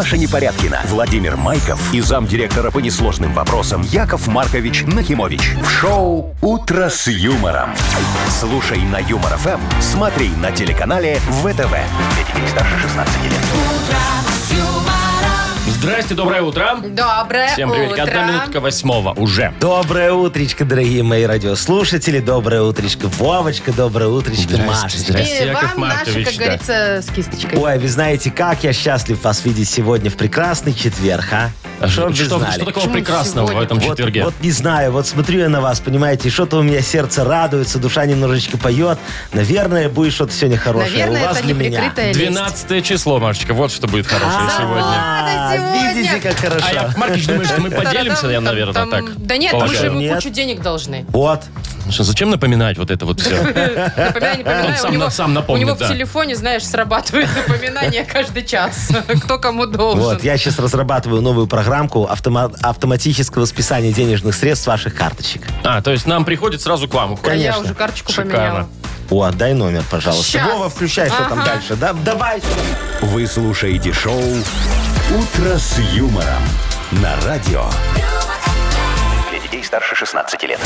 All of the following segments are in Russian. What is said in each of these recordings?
Маша Непорядкина, Владимир Майков и замдиректора по несложным вопросам Яков Маркович Нахимович. В шоу «Утро с юмором». Слушай на Юмор ФМ, смотри на телеканале ВТВ. Для детей старше 16 лет. Здрасте, доброе утро. Доброе Всем привет. утро. 1 минутка 8 уже. Доброе утречко, дорогие мои радиослушатели. Доброе утречко, Вовочка. Доброе утречко, Машечка. Здрасте, И Яков вам наши, Маркович, как да. говорится, с кисточкой. Ой, вы знаете, как я счастлив вас видеть сегодня в прекрасный четверг, а? Чтоб вы Что знали. такого Почему прекрасного сегодня? в этом Вот, четверге? вот не знаю, вот смотрю я на вас, понимаете, и что-то у меня сердце радуется, душа немножечко поет. Наверное, будет что-то сегодня хорошее Наверное, у вас это для меня. неприкрытая лесть. 12 число, Машечка, вот что будет хорошее сегодня. Ладно, сегодня. Видите, как хорошо. А Яков Маркович думает, что мы поделимся, я, наверное, Там- так Да нет, мы же полагаю. ему Нет. кучу денег должны. Вот. Что, зачем напоминать вот это вот все? Напоминаю, не поминаю. Он сам напомнит, у него да. в телефоне, знаешь, срабатывает напоминание каждый час. Кто кому должен. Вот, я сейчас разрабатываю новую программку автоматического списания денежных средств с ваших карточек. А, то есть нам приходит сразу к вам А уходит. я конечно. уже карточку Шикарно. поменяла. О, дай номер, пожалуйста. Щас. Вова, включай, что там Ага. дальше. Да, давай сюда. Вы слушаете шоу «Утро с юмором» на радио. Для детей старше 16 лет.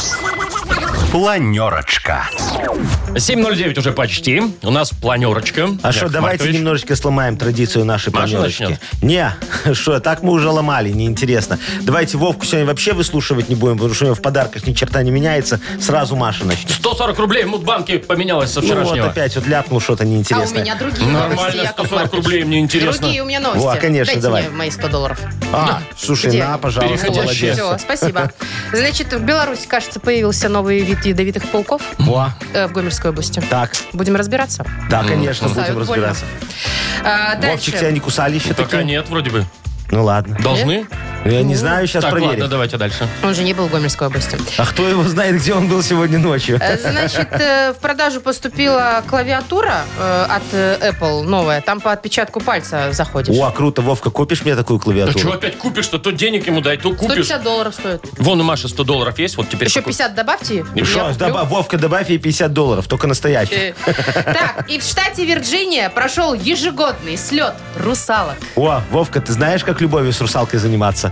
Планерочка. 7:09 уже почти. У нас планерочка. А что, Яков давайте Маркович. немножечко сломаем традицию нашей Маша планерочки. начнет. Не, что, так мы уже ломали, неинтересно. Давайте Вовку сегодня вообще выслушивать не будем, потому что у него в подарках ни черта не меняется. Сразу Маша начнет. 140 рублей в Мудбанке поменялось со Ну вот вчерашнего. опять вот ляпнул что-то А у неинтересное. меня другие новости, Нормально, Яков 140 Маркович. рублей, мне интересно. Другие у меня новости. Во, конечно, Дайте давай. мне мои $100. Слушай, Где? на, пожалуйста, Переходящие. молодец. Все, спасибо. Значит, в Беларуси, кажется, появился новый вид ядовитых пауков Во, в Гомельской области. так, Будем разбираться. да, конечно, Кусают будем больно. разбираться. Дальше. Вовчик, тебя не кусали еще Пока такие? нет, вроде бы. Ну ладно. Должны? Ну, я не знаю, сейчас Так, ладно, проверим. давайте дальше. Он же не был в Гомельской области. А кто его знает, где он был сегодня ночью? Значит, в продажу поступила клавиатура от Apple новая. Там по отпечатку пальца заходишь. О, круто, Вовка, купишь мне такую А клавиатуру? что опять купишь-то? То денег ему дай, то купишь. $150 стоит. Вон у Маши $100 есть, вот теперь... Еще покуп- 50 добавьте. И я шо, куплю. Вовка, добавь ей $50, только настоящий. Так, и в штате Вирджиния прошел ежегодный слет русалок. О, Вовка, ты знаешь, как любовью с русалкой заниматься?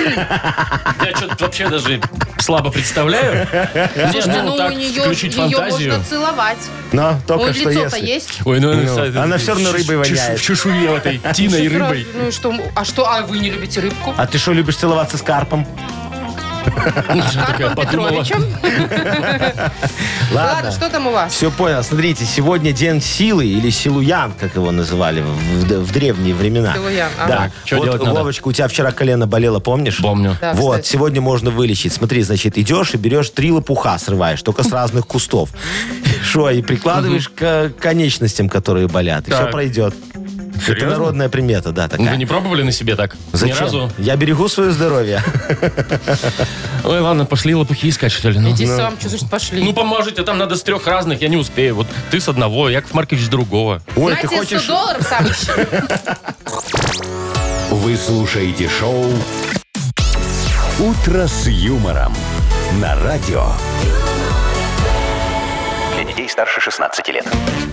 Я что-то вообще даже слабо представляю. Слушайте, Не, ну так, у нее включить фантазию. можно целовать. Но только У что лицо-то если. есть. Ой, ну, она всё равно рыбой воняет. В чешуе в этой, тиной и Сразу, рыбой. Ну и что? А что? А вы не любите рыбку? А ты что, любишь целоваться с карпом? Такая Карпом подумала. Петровичем? Ладно, что там у вас? Все понял. Смотрите, сегодня день силы или силуян, как его называли в древние времена. Силуян, ага. Да. Что Вот, делать надо? Вовочка, у тебя вчера колено болело, помнишь? Помню. Да, Вот, кстати. сегодня можно вылечить. Смотри, значит, идешь и берешь 3 лопуха, срываешь, только с разных кустов. Что, и прикладываешь к конечностям, которые болят, и все Так. пройдет. Это Серьезно? народная примета, да, Вы такая. не пробовали на себе так? Зачем? Ни разу? Я берегу свое здоровье. Ой, ладно, пошли лопухи искать, что ли. Ну. Иди сам, что значит пошли? Ну, поможете, там надо с 3 разных, я не успею. Вот ты с одного, Яков Маркович с другого. Ой, На ты тебе хочешь... $100 сам ищи. Вы слушаете шоу «Утро с юмором» на радио. Для детей старше 16 лет.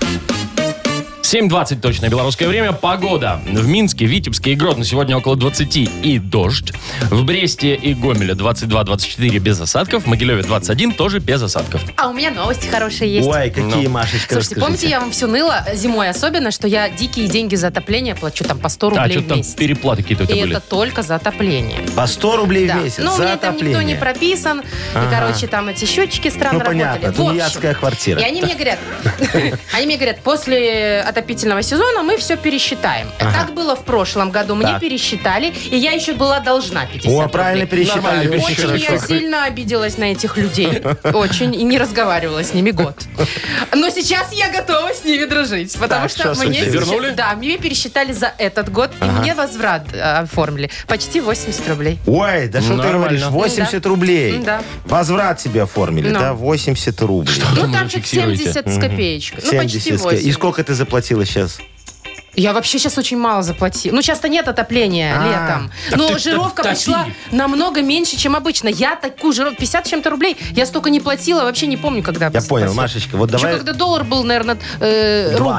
7:20 точное белорусское время. Погода. В Минске, Витебске и Гродно сегодня около 20 и дождь. В Бресте и Гомеле 22-24 без осадков. В Могилеве 21 тоже без осадков. А у меня новости хорошие есть. Ой, какие, Ну. Машечка, Слушайте, помните, расскажите. я вам все ныла зимой особенно, что я дикие деньги за отопление плачу там по 100 А, рублей что в там месяц. переплаты какие-то у И тебя были? это только за отопление. По 100 рублей Да. в месяц Ну, у за меня там никто не отопление. прописан. Ага. И, короче, там эти счетчики странно Ну, понятно, работали. В общем, тунеядская квартира. И они мне говорят, после отопительного сезона мы все пересчитаем. Так было в прошлом году. Мне Так. пересчитали, и я еще была должна 50 О, рублей. правильно пересчитали. Нормально Очень Очень пересчитали. я хорошо. сильно обиделась на этих людей. Очень. И не разговаривала с ними год. Но сейчас я готова с ними дружить. Потому Так, что что мне случилось? Вернули? Да, мне пересчитали за этот год, и мне возврат оформили. Почти 80 рублей. Ой, да что ты Нормально. говоришь, 80 Да. рублей. Да. Возврат себе оформили, Ну. да, 80 рублей. Ну, Там там вы что-то фиксируете. 70 с копеечкой. Ну, почти 70. 80. И сколько ты заплатила сейчас? Я вообще сейчас очень мало заплатила. Ну, часто нет отопления А. летом. Так Но ты жировка топи. пришла намного меньше, чем обычно. Я такую жировку, 50 с чем-то рублей, я столько не платила, вообще не помню, когда. Я понял, Машечка, вот давай... Еще когда доллар был, наверное, Два. рубль.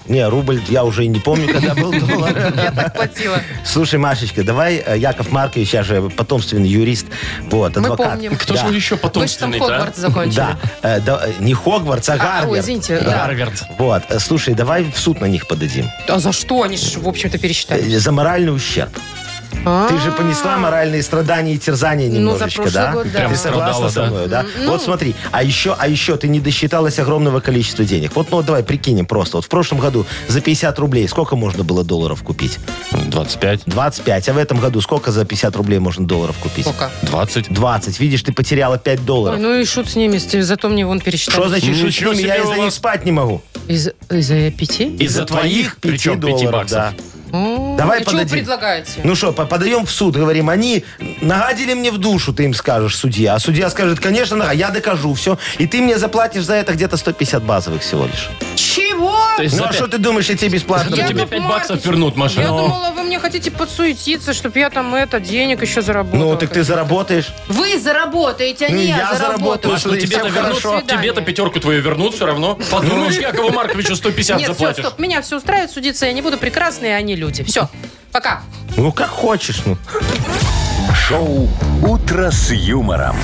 Не, рубль я уже и не помню, когда был доллар. Я так платила. Слушай, Машечка, давай, Яков Маркович, я же потомственный юрист, вот, Мы адвокат. помним. Кто Да. же еще Вы же там потомственный, да? Хогвартс закончили. Да, не Хогвартс, а Гарвард. Ой, извините, да. Гарвард. Вот, слушай, давай в суд на них подадим. А за что? Они же, в общем-то, пересчитали. За моральный ущерб. Ты же понесла моральные страдания и терзания немножечко, прошлый да? год, да. Прям Ты согласна страдала, со да. мной, да? Вот смотри, а еще ты не досчиталась огромного количества денег. Вот, ну, давай прикинем просто. Вот в прошлом году за 50 рублей сколько можно было долларов купить? 25. 25. А в этом году сколько за 50 рублей можно долларов купить? Сколько? 20. 20. Видишь, ты потеряла 5 Ой, долларов. ну и шут с ними, зато мне вон пересчитали. Что значит, что с Ничего ними? Я себе у из-за них вас. спать не могу. Из-за 5? Из-за твоих, 5 причем 5 долларов, баксов. да. Давай Что вы подадим. предлагаете? Ну что, подаем в суд, говорим, они нагадили мне в душу, ты им скажешь, судья. А судья скажет, конечно, я докажу все. И ты мне заплатишь за это где-то 150 базовых всего лишь. Чего? То есть Ну за а пять- что ты думаешь, я тебе бесплатно? Я тебе Яков 5 баксов Маркович, вернут, Маша. Я Ну. думала, вы мне хотите подсуетиться, чтобы я там денег еще заработала. Ну, так ты заработаешь. Вы заработаете, а Ну, не я я заработаю. заработаю. Маш, ну Слушай, тебе-то всем вернут, хорошо. тебе-то пятерку твою вернут все равно. Подумаешь, Якову Марковичу 150 Нет, все, заплатишь. стоп, меня все устраивает, судиться я не буду, прекрасные они люди. Все, пока. Ну, как хочешь, ну. Шоу «Утро с юмором».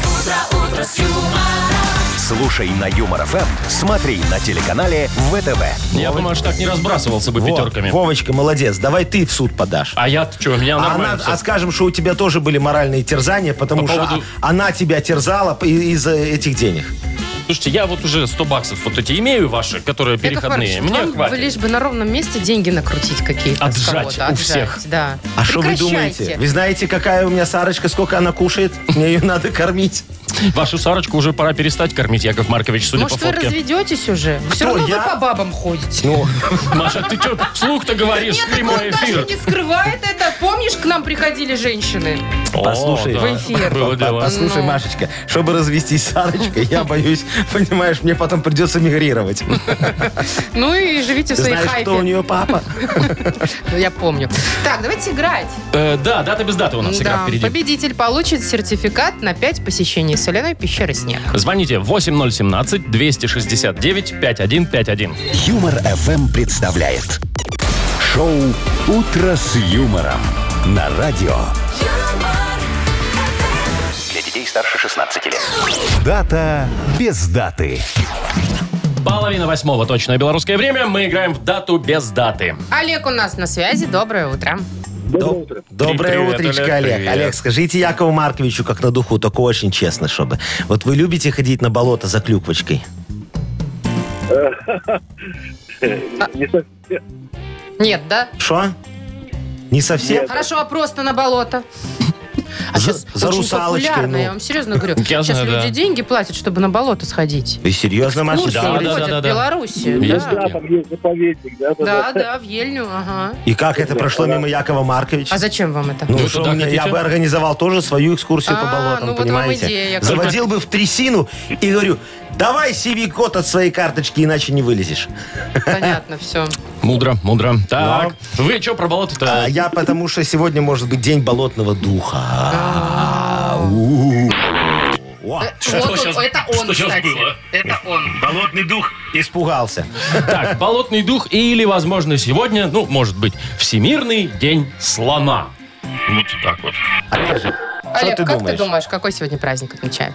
Слушай на Юмор ФМ, смотри на телеканале ВТВ. Я бы, Маш, так не разбрасывался бы Во, пятерками. Вовочка, молодец. Давай ты в суд подашь. А я что, у меня нормально всё. скажем, что у тебя тоже были моральные терзания, потому По что поводу- она тебя терзала из-за этих денег. Слушайте, я вот уже 100 баксов вот эти имею ваши, которые Яков переходные. Маркович, Мне вам хватит. лишь бы на ровном месте деньги накрутить какие-то. с Отжать кого-то, у всех. Да. А что вы Прекращайте. думаете? Вы знаете, какая у меня Сарочка, сколько она кушает? Мне ее надо кормить. Вашу Сарочку уже пора перестать кормить, Яков Маркович, судя Может, по вы фотке. разведетесь уже? Все Кто, равно я? вы по бабам ходите. Ну, Маша, ты что, вслух-то говоришь? Нет, Прямой так он даже эфир. не скрывает это. Помнишь, к нам приходили женщины? Послушай. О, В эфир. Было дело. послушай, Ну. Машечка, чтобы развестись с Сарочкой, я боюсь, понимаешь, мне потом придется мигрировать. Ну и живите в Ты своей знаешь, хайпе. кто у нее папа? Ну, я помню. Так, давайте играть. Да, дата без даты у нас игра Да, впереди. победитель получит сертификат на 5 посещений соляной пещеры «Снег». Звоните 8017-269-5151. Юмор ФМ представляет шоу «Утро с юмором» на радио. Для детей старше 16 лет. Дата без даты. 7:30 точное белорусское время. Мы играем в дату без даты. Олег у нас на связи. Доброе утро. Доброе Привет, утречко, Олег, Олег. привет. Олег, скажите Якову Марковичу, как на духу, только очень честно, чтобы. Вот вы любите ходить на болото за клюквочкой? Нет, да? Что? Не совсем? Хорошо, а просто на болото? А За- сейчас за очень русалочкой, популярно, ну. я вам серьезно говорю. Я Сейчас знаю, люди да. деньги платят, чтобы на болото сходить. Вы серьезно, Маша? Курсы Да, ходят да, в Беларуси. Есть Да. такие. Там есть заповедник, Да, в Ельню, ага. И как это прошло мимо Якова Марковича? А зачем вам это? Ну, Вы что туда мне, я хотите? бы организовал тоже свою экскурсию по А, болотам, ну вот вам понимаете? идея. Заводил бы в трясину и говорю, давай CV-код от своей карточки, иначе не вылезешь. Понятно, все. Мудро, мудро. Так, вы что про болото-то? А я потому что сегодня может быть день болотного духа. О, Что щас- это он, что щас кстати. было? Это он. болотный дух испугался. Так, болотный дух или, возможно, сегодня, ну, может быть, Всемирный день слона. Вот так вот. Олежек, что Олег, ты как думаешь? ты думаешь, какой сегодня праздник отмечают?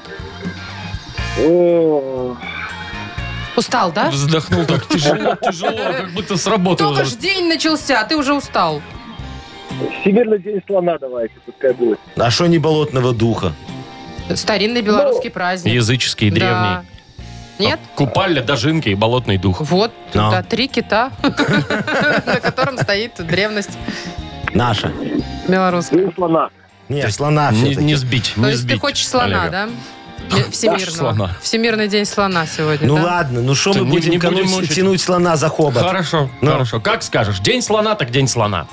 О, Устал, да? Вздохнул так тяжело, как будто с работы Только уже. ж день начался, а ты уже устал. Всемирный день слона давайте, пускай будет. А что не болотного духа? Старинный белорусский праздник. Языческий, Да. древний. Нет? Купальня, дожинка и болотный дух. Вот, Но. да, 3 кита, на котором стоит древность Наша. белорусская. День слона. Не, слона Не, все-таки. не сбить, То не есть ты сбить хочешь слона, Олега. да? Всемирного. слона. Всемирный день слона сегодня, Ну да? ладно, ну что Что, мы не будем будем мучить? тянуть слона за хобот? Хорошо, Ну. хорошо. Как скажешь. День слона, так день слона.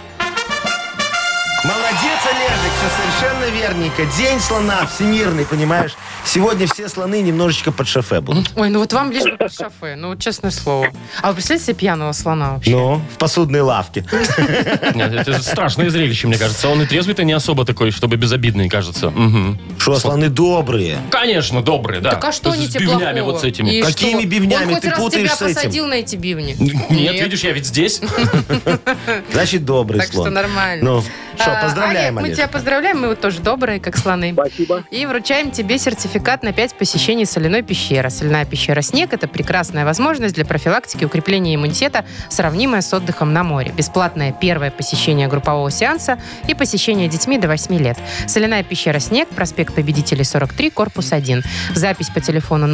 Молодец, Олежек, все совершенно верненько. День слона всемирный, понимаешь? Сегодня все слоны немножечко под шофе будут. Ой, ну вот вам лишь бы под шофе, ну вот честное слово. А вы представляете себе пьяного слона вообще? Ну, в посудной лавке. Нет, это страшное зрелище, мне кажется. Он и трезвый-то не особо такой, чтобы безобидный, кажется. Угу. Что, слоны добрые? Конечно, добрые, да. Так а что они с тебе бивнями плохого? вот с этими. И Какими что? бивнями? Он хоть Ты раз путаешь тебя с этим? посадил на эти бивни? Нет, видишь, я ведь здесь. Значит, добрый Так слон. что нормально. Ну, что, поздравляем, Олег, мы Олег. тебя поздравляем, мы вот тоже добрые, как слоны. Спасибо. И вручаем тебе сертификат на 5 посещений соляной пещеры. Соляная пещера «Снег» — это прекрасная возможность для профилактики и укрепления иммунитета, сравнимая с отдыхом на море. Бесплатное первое посещение группового сеанса и посещение детьми до 8 лет. Соляная пещера «Снег», проспект Победителей, 43, корпус 1. Запись по телефону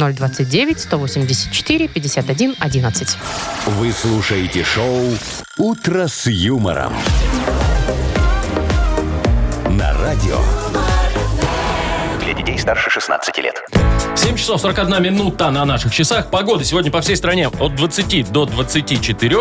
029-184-51-11. Вы слушаете шоу «Утро с юмором». На радио. Для детей старше 16 лет. 7 часов 41 минута на наших часах. Погода сегодня по всей стране от 20 до 24,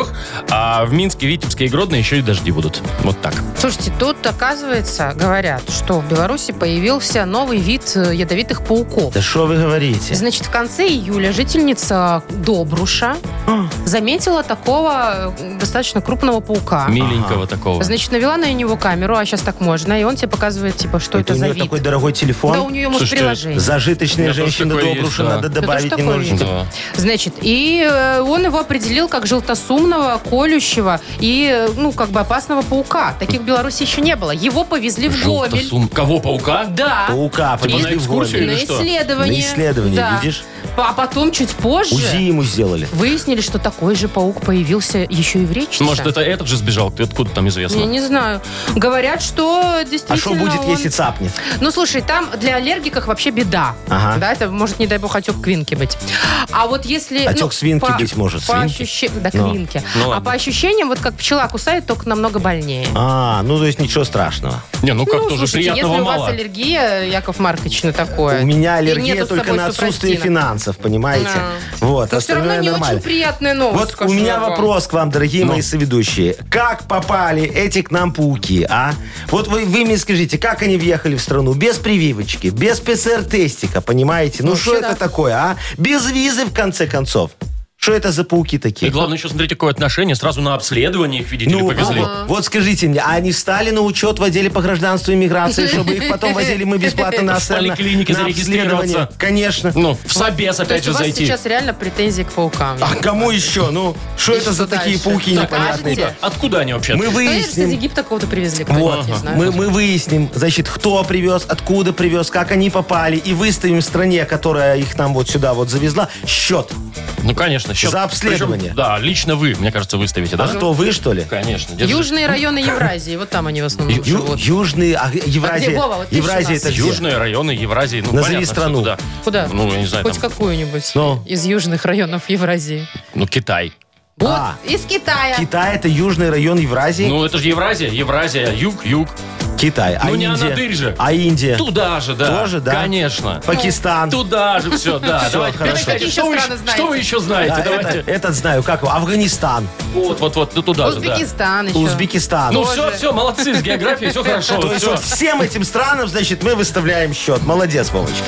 а в Минске, Витебске и Гродно еще и дожди будут. Вот так. Слушайте, тут, оказывается, говорят, что в Беларуси появился новый вид ядовитых пауков. Да что вы говорите? Значит, в конце июля жительница Добруша заметила такого достаточно крупного паука. Миленького такого. Значит, навела на него камеру, а сейчас так можно, и он тебе показывает, типа, что это у за нее вид. такой дорогой телефон. Да, у нее, может, Слушайте, приложение. Зажиточные У меня тоже женщины такое Добруша есть, да. надо тоже добавить такое немножечко. есть. Да. Значит, и он его определил как желтосумного, колющего и, ну, как бы опасного паука. Таких в Беларуси еще не было. Его повезли в Гомель. Кого, паука? Да. Паука Типа повезли на в экскурсию Гомель. или На что? исследование. На исследование, Да. видишь? А потом, чуть позже, УЗИ ему сделали. выяснили, что такой же паук появился еще и в речке. Может, это этот же сбежал? Ты откуда там известно? Я не знаю. Говорят, что действительно А что будет, он- если цапнет? Ну, слушай, там для аллергиков вообще беда. Ага. Да, это может, не дай бог, отек квинки быть. А вот если... Отек свинки быть может. По Свинки? ощущениям... Да, Ну. квинки. Ну, А ладно. по ощущениям, вот как пчела кусает, только намного больнее. Ну то есть ничего страшного. Не, ну как Ну, тоже слушайте, приятного если у вас мало. аллергия, Яков Маркович, на такое... У меня и аллергия нету с только собой на отсутствие супрастина. финансов, понимаете? Вот, Но все равно остальное не нормально. очень приятная новость, Вот скажу у меня я вам. вопрос к вам, дорогие Ну. мои соведущие. Как попали эти к нам пауки, а? Вот вы мне скажите, как они въехали в страну? Без прививочки, без ПЦР-тестика, понимаете? Ну что Вообще, это да. такое, а? Без визы, в конце концов. Что это за пауки И такие? главное еще смотрите, какое отношение. Сразу на обследование их, видите ли, повезли. Вот скажите мне, а они встали на учет в отделе по гражданству и миграции, чтобы их потом возили мы бесплатно на В поликлинике на зарегистрироваться. обследование? Конечно. Ну, в собес То опять есть же у вас зайти. сейчас реально претензии к паукам. А кому еще? Ну, что И это что за такие дальше? пауки Так, непонятные? откуда? Откуда они вообще? Мы Ну, я же из выясним. Египта кого-то привезли. Вот, не знаю. мы выясним, значит, кто привез, откуда привез, как они попали, и выставим стране, которая их нам вот сюда вот завезла, счет. Ну, конечно. счет. За обследование. Причем, да, лично вы, мне кажется, выставите, да? А кто, вы, что ли? Конечно. держи. Южные районы Евразии, вот там они в основном живут. Южные, Евразия, Вова, вот ты Евразия же это где? Южные районы Евразии. Ну, Назови понятно, страну. что туда. Куда? Ну, я не знаю, Хоть там, какую-нибудь Ну. из южных районов Евразии. ну, Китай. Вот, А. из Китая. Китай это южный район Евразии. Ну, это же Евразия. Евразия, юг. Китай. А Ну, не Индия? Анадырь же. А Индия? Туда же, да. Тоже, да? Конечно. Пакистан. Туда же все, да. Всё, Давайте, хорошо. перечисляйте. Какие Что еще вы страны еще- знаете? Что вы еще знаете? Да, Давайте. этот знаю. Как его? Афганистан. Вот, ну туда же, да. Узбекистан еще. Узбекистан. Ну, Тоже. все, молодцы, с географией все хорошо. То есть всё. вот всем этим странам, значит, мы выставляем счет. Молодец, Вовочка.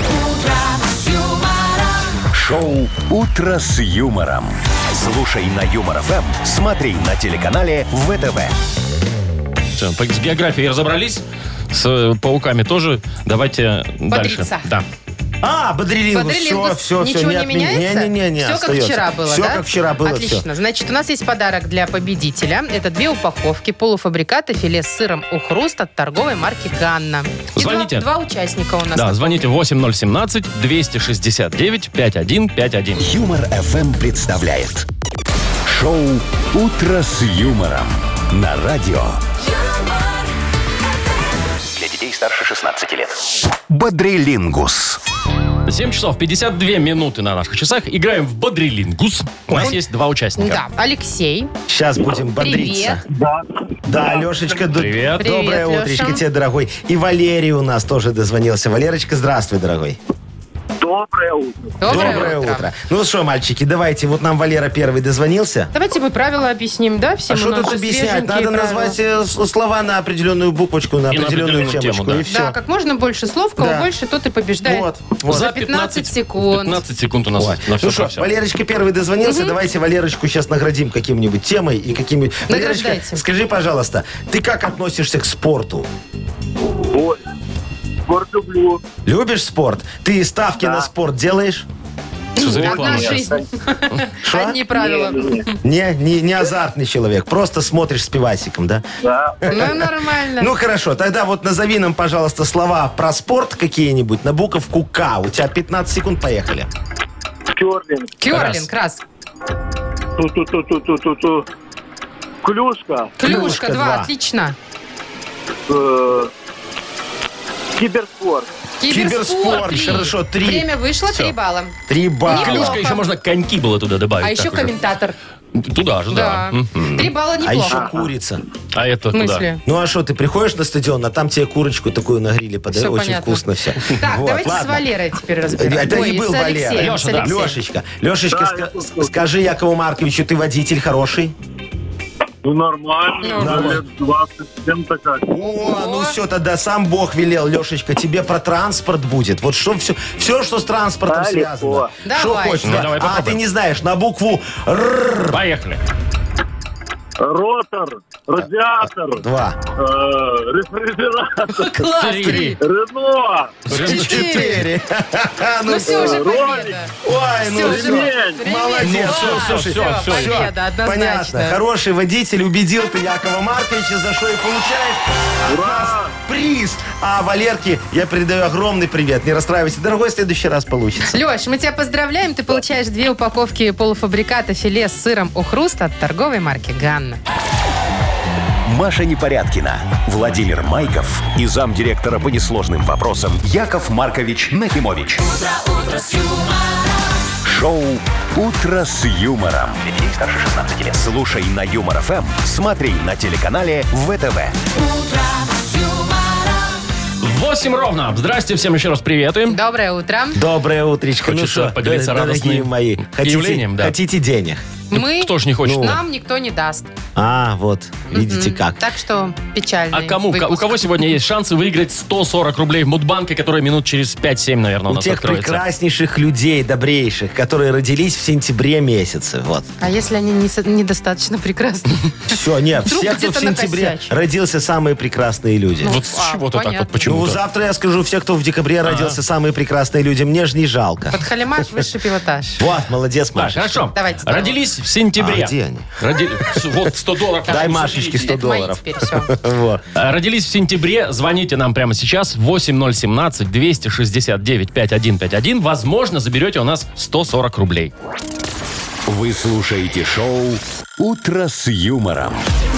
Шоу «Утро с юмором». Слушай на Юмор ФМ, смотри на телеканале ВТВ. Всё, с географией разобрались, с пауками тоже. Давайте дальше. Бодриться. Да. Бодрилингус. Бодрилингус. Все. Ничего не меняется? Не, Все как вчера было, Все да? как вчера было. Отлично. Значит, у нас есть подарок для победителя. Это 2 упаковки полуфабриката филе с сыром «Ухруст» от торговой марки «Ганна». И Звоните. два участника у нас. Да, звоните 8017-269-5151. Юмор ФМ представляет шоу «Утро с юмором» на радио. Для детей старше 16 лет. Бодрилингус. 7 часов 52 минуты на наших часах. Играем в Бодрилингус. У нас есть 2 участника. Да, Алексей. Сейчас будем бодриться. Да, Лешечка, Привет. доброе Привет, утречко Леша. тебе, дорогой. И Валерий у нас тоже дозвонился. Валерочка, здравствуй, дорогой. Доброе утро. Доброе утро. Ну что, мальчики, давайте, вот нам Валера первый дозвонился. Давайте мы правила объясним, да? Всем А что тут объяснять? Надо назвать слова на определенную буквочку, на И на определенную определенную темочку, тему, да. и все. Да, как можно больше слов, кого Да. больше, тот и побеждает. Вот. За 15 секунд. 15 секунд у нас Ой. на все Ну что, про все. Валерочка первый дозвонился, давайте Валерочку сейчас наградим каким-нибудь темой и какими... Валерочка, Награждайте. скажи, пожалуйста, ты как относишься к спорту? Ой, спорт люблю. Любишь спорт? Ты ставки на спорт делаешь? Что за Одна реклама? жизнь. Что? Одни правила. Не азартный человек, просто смотришь с пивасиком, да? Да. Ну, нормально. Ну хорошо, тогда вот назови нам, пожалуйста, слова про спорт какие-нибудь на буковку К. У тебя 15 секунд, поехали. Керлинг. Керлинг, раз. Ту-ту-ту-ту-ту-ту. Клюшка. Клюшка, два. два. Отлично. Киберспорт. Киберспорт, три. хорошо, 3. Время вышло, 3 балла. 3 балла. Неплохо. Клюшка, еще можно коньки было туда добавить. А еще так уже. комментатор. Туда же, да. Да. Мгм. 3 балла А еще неплохо. курица. А это В куда? смысле? Ну а что, ты приходишь на стадион, а там тебе курочку такую на гриле подают, Всё очень понятно. вкусно все. Так, давайте с Валерой теперь разберемся. Это Ой, не был с Валера. Алексеем, Леша, с да. Алексеем. Лешечка, Лешечка, Да, я слушаю. скажи Якову Марковичу, ты водитель хороший? Ну, нормально. Нормально. Лет 20 с чем-то как. О, ну все, тогда сам Бог велел, Лешечка, тебе про транспорт будет. Вот что все, что с транспортом Да, связано. легко. Что Давай. хочешь? Ну, да. давай А ты попробуем. не знаешь, на букву Р. Поехали. Ротор. Радиатор. 2. Рефрижератор. Класс, 3. 3. Рено. 4. Ну все, уже победа. Ой, ну Всё, всё. время Молодец. вышло. Слушай, Всё, всё, победа, понятно. однозначно. Хороший водитель, убедил ты Якова Марковича, за что и получаешь от нас приз. А Валерке я передаю огромный привет. Не расстраивайся, дорогой, в следующий раз получится. Леш, мы тебя поздравляем. Ты получаешь 2 упаковки полуфабриката филе с сыром «Охруст» от торговой марки «Ганна». Маша Непорядкина, Владимир Майков и замдиректора по несложным вопросам Яков Маркович Нахимович. Шоу «Утро с юмором». Для детей старше 16 лет. Слушай на Юмор ФМ, смотри на телеканале ВТВ. 8 ровно. Здрасте, всем еще раз приветы. Доброе утро. Доброе утречко. Хочется Ну что, поделиться дорогие радостным мои, явлением, да. хотите денег? Мы, Кто ж не хочет? нам никто не даст. А, вот, видите как. Так что печальный А кому? У выпуск. кого сегодня есть шансы выиграть 140 рублей в Мудбанке, который минут через 5-7, наверное, у У нас тех откроется? прекраснейших людей, добрейших, которые родились в сентябре месяце. Вот. А если они недостаточно прекрасны? Все, нет, Вдруг все, кто в где-то сентябре накосячили. родился, самые прекрасные люди. Вот с чего-то так понятно. вот почему-то. Ну, завтра я скажу, все, кто в декабре родился, самые прекрасные люди. Мне же не жалко. Подхалимаш, высший пилотаж. Вот, молодец, Так, Маша. хорошо. Давайте здорово. Родились в сентябре. А где они? Вот 100 долларов. Дай Ну, Машечке 100 Это мои долларов. теперь, всё. Вот. Родились в сентябре, звоните нам прямо сейчас 8017-269-5151. Возможно, заберете у нас 140 рублей. Вы слушаете шоу «Утро с юмором».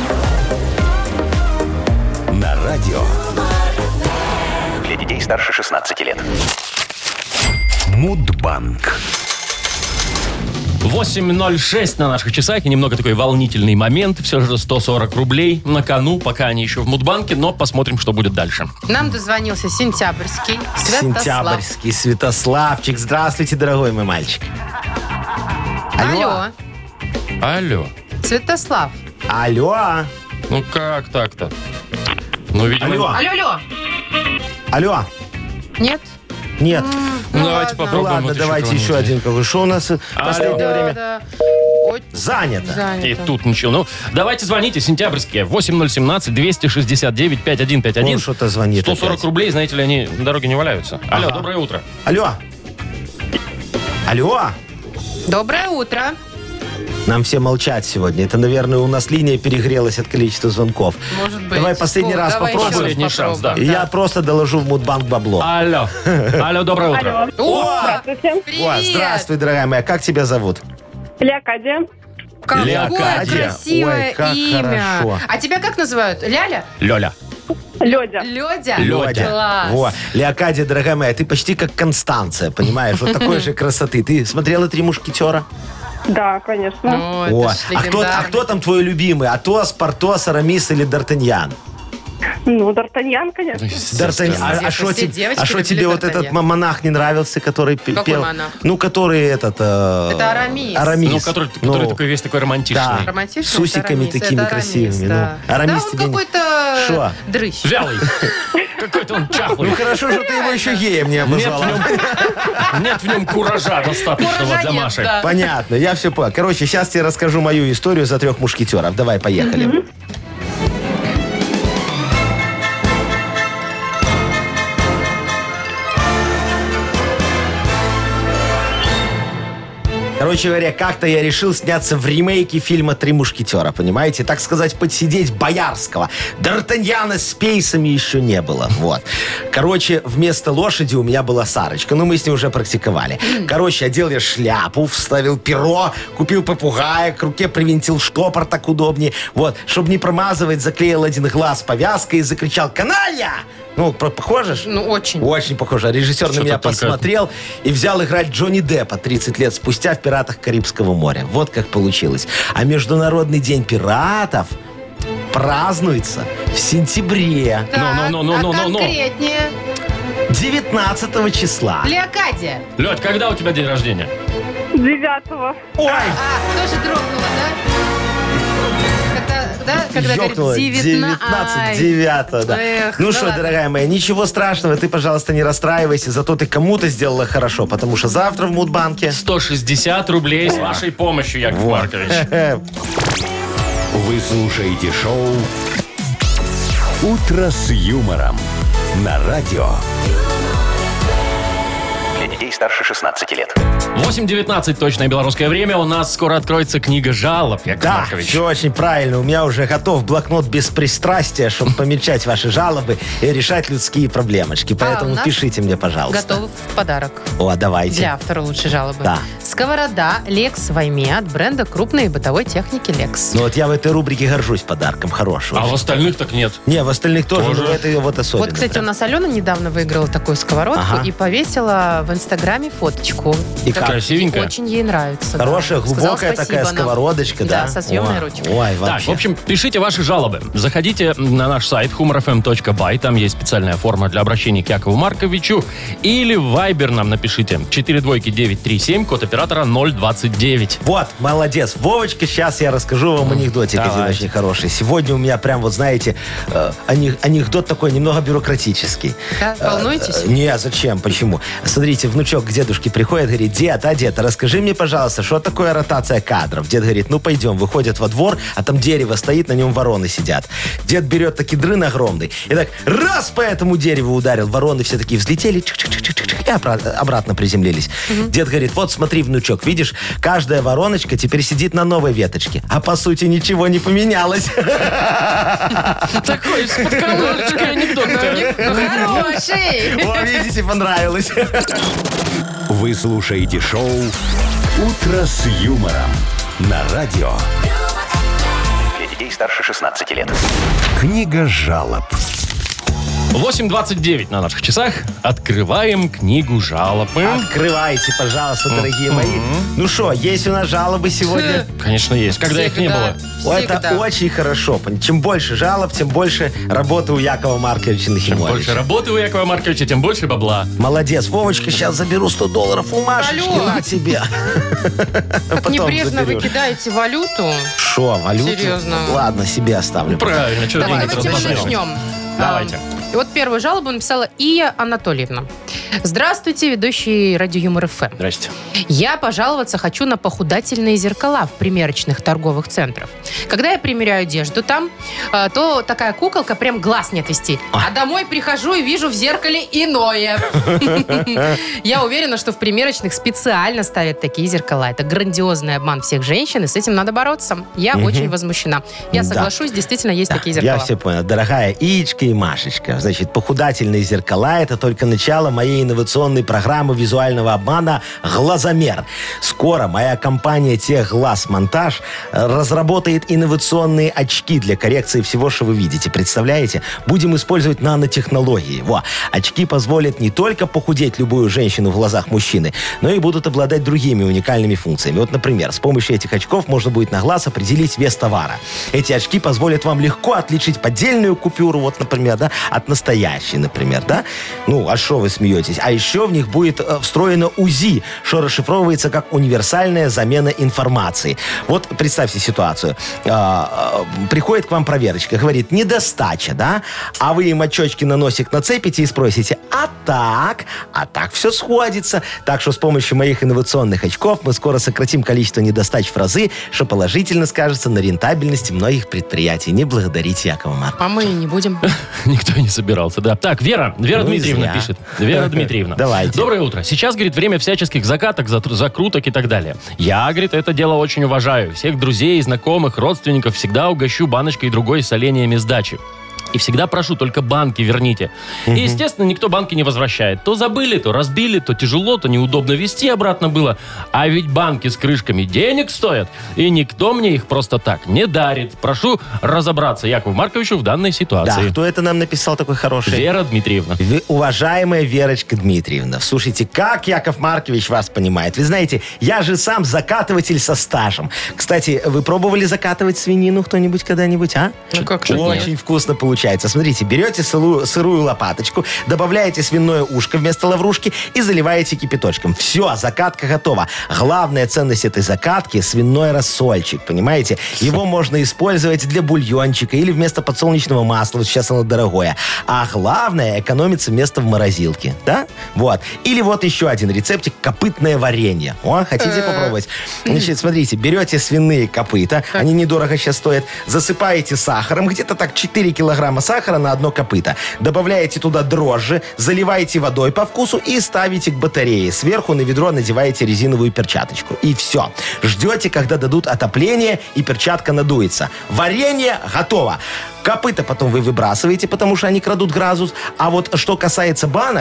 На радио. Для детей старше 16 лет. Мудбанк. 8:06 на наших часах, и немного такой волнительный момент. Все же 140 рублей на кону, пока они еще в Мудбанке, но посмотрим, что будет дальше. Нам дозвонился сентябрьский Святослав. Сентябрьский Святославчик. Здравствуйте, дорогой мой мальчик. Алло. Алло. Святослав. Алло. Ну как так-то? Ну, видимо... Алло. Алло. Алло. Нет? Нет. Ну, давайте ладно. попробуем. Ладно, вот давайте еще кого-нибудь. один какой. Что у нас в последнее Алло. время? Да. Ой, Занято. И занято. тут ничего. Ну, давайте звоните, сентябрьские. 8017-269-5151. Он что-то звонит 140 опять. рублей, знаете ли, они на дороге не валяются. Алло, Ага. доброе утро. Алло. Алло. Доброе утро. Нам все молчат сегодня. Это, наверное, у нас линия перегрелась от количества звонков. Может быть. Давай последний раз Давай еще попробуем. раз Последний шанс, попробуем, И я просто доложу в Мудбанк бабло. Алло. Алло, доброе утро. О, Здравствуйте. привет. О, здравствуй, дорогая моя. Как тебя зовут? Леокадия. Какое Леокадия. красивое Ой, как имя. хорошо. А тебя как называют? Ляля? Лёля. Лёдя. Лёдя? Лёдя. Класс. Во, Леокадия, дорогая моя, ты почти как Констанция, понимаешь? Вот такой же красоты. Ты смотрела «Три мушкетера»? Да, конечно. Ну, это О, ж а кто легендарно. там твой любимый? Атос, Портос, Арамис или Д'Артаньян? Ну, Д'Артаньян, конечно. Д'Артаньян. А что Все девочки тебе любили вот этот Д'Артаньян. монах не нравился, который Какой пел? монах? Ну, который этот... Это Арамис. Арамис. Ну, который такой весь такой романтичный. Да. Романтичный, С усиками это Арамис, такими это Арамис, красивыми. да. Ну, Арамис да, тебе он не- какой-то Шо? дрыщ. Вялый. Какой-то он чахлый. Ну, хорошо, что ты его еще геем не обозвала. Нет в нем куража достаточного Куража для нет, Маши. да. Понятно, я все понял. Короче, сейчас тебе расскажу мою историю за 3 мушкетеров. Давай, поехали. Короче говоря, как-то я решил сняться в ремейке фильма «Три мушкетера», понимаете? Так сказать, подсидеть Боярского. Д'Артаньяна с пейсами еще не было. Вот. Короче, вместо лошади у меня была Сарочка. Ну, мы с ней уже практиковали. Короче, одел я шляпу, вставил перо, купил попугая, к руке привинтил штопор так удобнее. Вот. Чтобы не промазывать, заклеил один глаз повязкой и закричал «Каналья!» Ну, похоже ж? Ну, очень. Очень похоже. А режиссер на Что-то меня только- посмотрел и взял играть Джонни Деппа 30 лет спустя в «Пиратах Карибского моря». Вот как получилось. А Международный день пиратов празднуется в сентябре, Так, Ну. а конкретнее? 19 числа. Леокадия. Лёдь, когда у тебя день рождения? 9-го. Ой! Тоже дрогнула, да? Когда Ёкнуло. говорит 19 9 да. Эх, Ну ну что, ладно. дорогая моя, ничего страшного, ты, пожалуйста, не расстраивайся, зато ты кому-то сделала хорошо, потому что завтра в Мудбанке 160 рублей с вашей помощью, Яков Маркович. Вы слушаете шоу «Утро с юмором» на радио. Для детей старше 16 лет. 8:19 точное белорусское время. У нас скоро откроется книга жалоб, Яков Да, Маркович. все очень правильно. У меня уже готов блокнот без пристрастия, чтобы помечать ваши жалобы и решать людские проблемочки. у Поэтому нас пишите мне, пожалуйста. Готовы в подарок. О, давайте. Для автора лучшей жалобы. Да. Сковорода Lex Вайме от бренда крупной бытовой техники Lex. Ну вот я в этой рубрике горжусь подарком хорошим. А в остальных так нет. Не, в остальных тоже, Тоже? но это вот особенно. Вот, кстати, прям. у нас Алена недавно выиграла такую сковородку Ага. и повесила в Инстаграме фоточку. И как? Красивенькая. Очень ей нравится. да. Хорошая, Сказала глубокая спасибо такая нам. сковородочка, да? Да, со съемной Ой, ручкой. Ой, Так, вообще. в общем, пишите ваши жалобы. Заходите на наш сайт humorfm.by. Там есть специальная форма для обращения к Якову Марковичу. Или в Viber нам напишите. 42937, код оператора 029. Вот, молодец. Вовочка, сейчас я расскажу вам анекдотик один Давайте. очень хороший. Сегодня у меня прям, вот знаете, анекдот такой немного бюрократический. Да, волнуетесь? Не, зачем, почему? Смотрите, внучок к дедушке приходит, говорит: дед, расскажи мне, пожалуйста, что такое ротация кадров? Дед говорит: ну пойдем. Выходят во двор, а там дерево стоит, на нем вороны сидят. Дед берет таки дрын огромный и так раз по этому дереву ударил. Вороны все такие взлетели, чик-чик-чик-чик, и обратно приземлились. Дед говорит: вот смотри, внучок, видишь, каждая вороночка теперь сидит на новой веточке, а по сути ничего не поменялось. Такой с подколодочкой анекдот-то. Хороший! О, видите, понравилось. Вы слушаете шоу «Утро с юмором» на радио. Для детей старше 16 лет. Книга жалоб. 8:29 на наших часах. Открываем книгу жалоб. Открывайте, пожалуйста, дорогие мои. Ну что, есть у нас жалобы сегодня? Конечно, есть. Когда их не было. Это очень хорошо. Чем больше жалоб, тем больше работы у Якова Марковича Чем Нахимовича. больше работы у Якова Марковича, тем больше бабла. Молодец, Вовочка, сейчас заберу $100 у Машечки Алло. на тебе. Так небрежно вы кидаете валюту. Шо, валюту? Серьезно. Ладно, себе оставлю. Правильно, что Давай, деньги давайте разбазаривать? начнем. Давайте. И вот первую жалобу написала Ия Анатольевна. Здравствуйте, ведущий радио Юмор ФМ. Здрасте. Я пожаловаться хочу на похудательные зеркала в примерочных торговых центрах. Когда я примеряю одежду там, то такая куколка прям глаз не отвести. А домой прихожу и вижу в зеркале иное. Я уверена, что в примерочных специально ставят такие зеркала. Это грандиозный обман всех женщин, и с этим надо бороться. Я очень возмущена. Я Да. соглашусь, действительно есть такие Я зеркала. все понял. Дорогая Иечка и Машечка, Значит, похудательные зеркала — это только начало моей инновационной программы визуального обмана «Глазомер». Скоро моя компания «Техглазмонтаж» разработает инновационные очки для коррекции всего, что вы видите. Представляете? Будем использовать нанотехнологии. Очки позволят не только похудеть любую женщину в глазах мужчины, но и будут обладать другими уникальными функциями. Вот, например, с помощью этих очков можно будет на глаз определить вес товара. Эти очки позволят вам легко отличить поддельную купюру, вот, например, да, от настоящей, например, да? Ну, а что вы смеетесь? А еще в них будет встроено УЗИ, что расшифровывается как универсальная замена информации. Вот представьте ситуацию. Приходит к вам проверочка, говорит, недостача, да? А вы им очечки на носик нацепите и спросите, а так все сходится. Так что с помощью моих инновационных очков мы скоро сократим количество недостач в разы, что положительно скажется на рентабельности многих предприятий. Не благодарите Якова Марковича. А мы и не будем. Никто и не собирался, да. Так, Вера Дмитриевна пишет. Вера Дмитриевна. Давайте. Доброе утро. Сейчас, говорит, время всяческих закаток, закруток и так далее. Я, говорит, это дело очень уважаю. Всех друзей, знакомых, родственников всегда угощу баночкой другой с оленями с дачи. И всегда прошу, только банки верните. И, естественно, никто банки не возвращает. То забыли, то разбили, то тяжело, то неудобно везти обратно было. А ведь банки с крышками денег стоят. И никто мне их просто так не дарит. Прошу разобраться Якову Марковичу в данной ситуации. Да, кто это нам написал такой хороший? Вера Дмитриевна. Уважаемая Верочка Дмитриевна, слушайте, как Яков Маркович вас понимает. Вы знаете, я же сам закатыватель со стажем. Кстати, вы пробовали закатывать свинину кто-нибудь когда-нибудь, а? Ну, как же Очень нет. вкусно получается. Смотрите, берете сырую лопаточку, добавляете свиное ушко вместо лаврушки и заливаете кипяточком. Все, закатка готова. Главная ценность этой закатки — свиной рассольчик, понимаете? Его можно использовать для бульончика или вместо подсолнечного масла. Вот сейчас оно дорогое. А главное — экономится место в морозилке. Да? Вот. Или вот еще один рецептик — копытное варенье. О, хотите попробовать? Значит, смотрите, берете свиные копыта, они недорого сейчас стоят, засыпаете сахаром, где-то так 4 килограмма сахара на одно копыто. Добавляете туда дрожжи, заливаете водой по вкусу и ставите к батарее. Сверху на ведро надеваете резиновую перчаточку. И все. Ждете, когда дадут отопление и перчатка надуется. Варенье готово. Копыта потом вы выбрасываете, потому что они крадут градус. А вот что касается банок,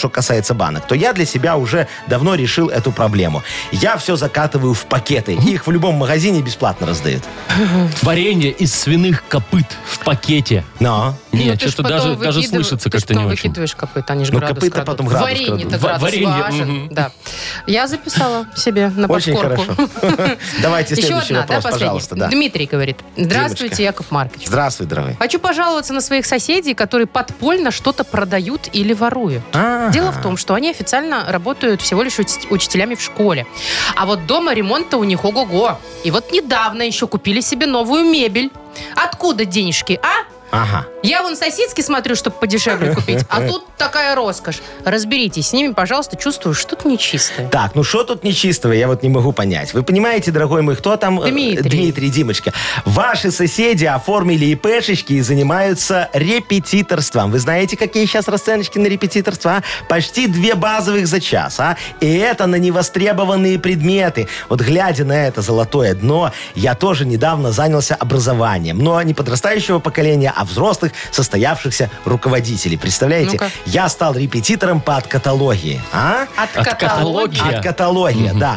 то я для себя уже давно решил эту проблему. Я все закатываю в пакеты. Их в любом магазине бесплатно раздают. Варенье из свиных копыт в пакете. Но. Нет, ты ж что-то потом даже слышится ты ж как-то не потом очень. выкидываешь копыта, они же Ну, градус копыта крадут. потом градус Варенье-то крадут. градус Варенье, важен. Да. Я записала себе на Очень подкорку. хорошо. Давайте Еще следующий одна, вопрос, последняя. пожалуйста. Да. Дмитрий говорит. Здравствуйте, Димочка. Яков Маркович. Здравствуй, дорогой. Хочу пожаловаться на своих соседей, которые подпольно что-то продают или воруют. Ага. Дело в том, что они официально работают всего лишь учителями в школе. А вот дома ремонт-то у них ого-го. И вот недавно еще купили себе новую мебель. Откуда денежки, а? Ага. Я вон сосиски смотрю, чтобы подешевле купить, а тут такая роскошь. Разберитесь с ними, пожалуйста, чувствую, что-то нечистое. Так, ну что тут нечистого, я вот не могу понять. Вы понимаете, дорогой мой, кто там? Дмитрий, Димочка. Ваши соседи оформили ИПшечки и занимаются репетиторством. Вы знаете, какие сейчас расценочки на репетиторство? А? Почти 2 базовых за час. А? И это на невостребованные предметы. Вот глядя на это золотое дно, я тоже недавно занялся образованием. Но не подрастающего поколения, а взрослых, состоявшихся руководителей. Представляете? Ну-ка. Я стал репетитором по откатологии. А? От каталогии. каталогии. Откатология, да.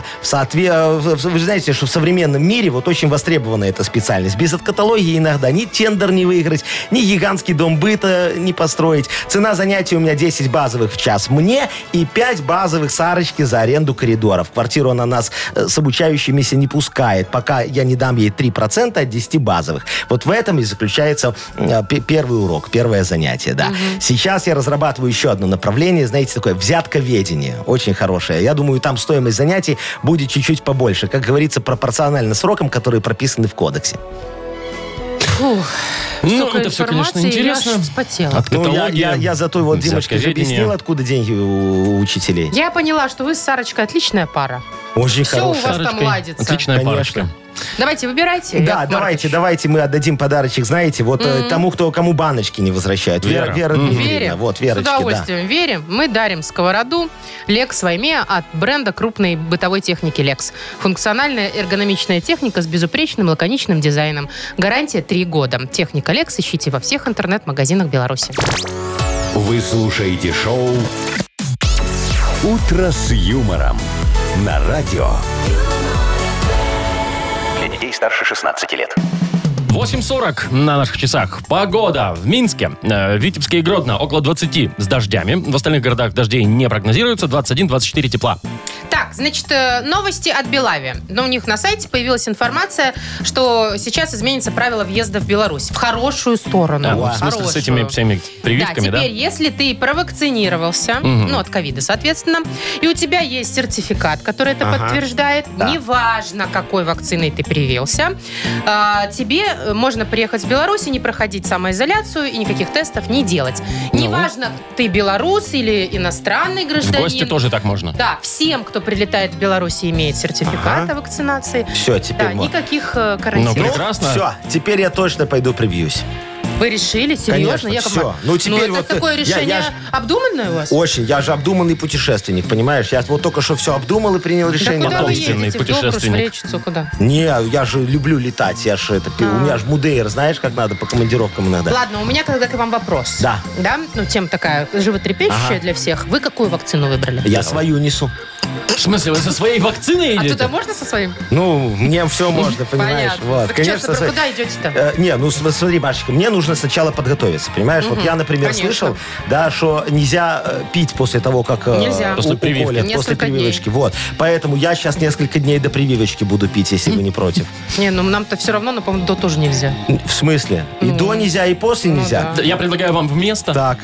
Вы знаете, что в современном мире вот очень востребована эта специальность. Без откатологии иногда ни тендер не выиграть, ни гигантский дом быта не построить. Цена занятий у меня 10 базовых в час мне и 5 базовых Сарочки за аренду коридоров. В квартиру она нас с обучающимися не пускает, пока я не дам ей 3% от 10 базовых. Вот в этом и заключается первый урок, первое занятие, да. Сейчас я разрабатываю еще одно направление, знаете, такое взятковедение. Очень хорошее. Я думаю, там стоимость занятий будет чуть-чуть побольше. Как говорится, пропорционально срокам, которые прописаны в кодексе. Фух, Ну, столько это все, конечно, информации, интересно. я аж вспотела. От Ну, каталогии. я зато вот Димочка же взятковедение. объяснил, откуда деньги у учителей. Я поняла, что вы с Сарочкой отличная пара. Очень Все у хорошая. вас там Сарочкой. ладится. Отличная Конечно. парочка. Давайте, выбирайте. Да, Яков Маркович. давайте мы отдадим подарочек, знаете, вот кому баночки не возвращают. Вера. Вера Дмитриевна. Верим? Вот, С Верочки, да. удовольствием верим. Мы дарим сковороду Lex Вайме от бренда крупной бытовой техники Lex. Функциональная эргономичная техника с безупречным лаконичным дизайном. Гарантия 3 года. Техника Lex ищите во всех интернет-магазинах Беларуси. Вы слушаете шоу «Утро с юмором» на радио. Для детей старше 16 лет. 8:40 на наших часах. Погода в Минске, Витебске и Гродно около 20 с дождями. В остальных городах дождей не прогнозируется. 21-24 тепла. Так, значит, новости от Белави. Но у них на сайте появилась информация, что сейчас изменится правило въезда в Беларусь. В хорошую сторону. В смысле, с этими всеми прививками, да? Теперь, если ты провакцинировался, ну, от ковида, соответственно, и у тебя есть сертификат, который это подтверждает, неважно, какой вакциной ты привился, тебе можно приехать в Беларусь и не проходить самоизоляцию, и никаких тестов не делать. Неважно, ты белорус или иностранный гражданин. В гости тоже так можно. Да, всем, кто прилетает в Беларусь и имеет сертификат о вакцинации. Все, теперь никаких карантинов. Ну, прекрасно. Все, теперь я точно пойду привьюсь. Вы решили? Серьезно? Конечно, Яков все. Маркович? Ну, теперь это вот такое решение обдуманное у вас? Очень. Я же обдуманный путешественник, понимаешь? Я вот только что все обдумал и принял Да решение. куда вы Потомственный едете? В Добруш, в путешественник. Речицу, куда? Не, я же люблю летать. Я же у меня же мудейр, знаешь, как надо по командировкам иногда. Ладно, у меня тогда к вам вопрос. Да. Да? Ну, тема такая животрепещущая для всех. Вы какую вакцину выбрали? Я свою несу. В смысле, вы со своей вакциной А едете? туда можно со своим? Ну, мне все можно, понимаешь? Понятно. Вот, Так конечно, что, куда идете-то? Не, ну смотри, Машечка, мне нужно сначала подготовиться, понимаешь? Вот я, например, конечно. слышал, да, что нельзя пить после того, как Нельзя. После прививки. уколят, после Несколько дней. прививочки. Вот. Поэтому я сейчас несколько дней до прививочки буду пить, если вы не против. Не, ну нам-то все равно, но, по-моему, до тоже нельзя. В смысле? И до нельзя, и после нельзя? Да, я предлагаю вам вместо. Так.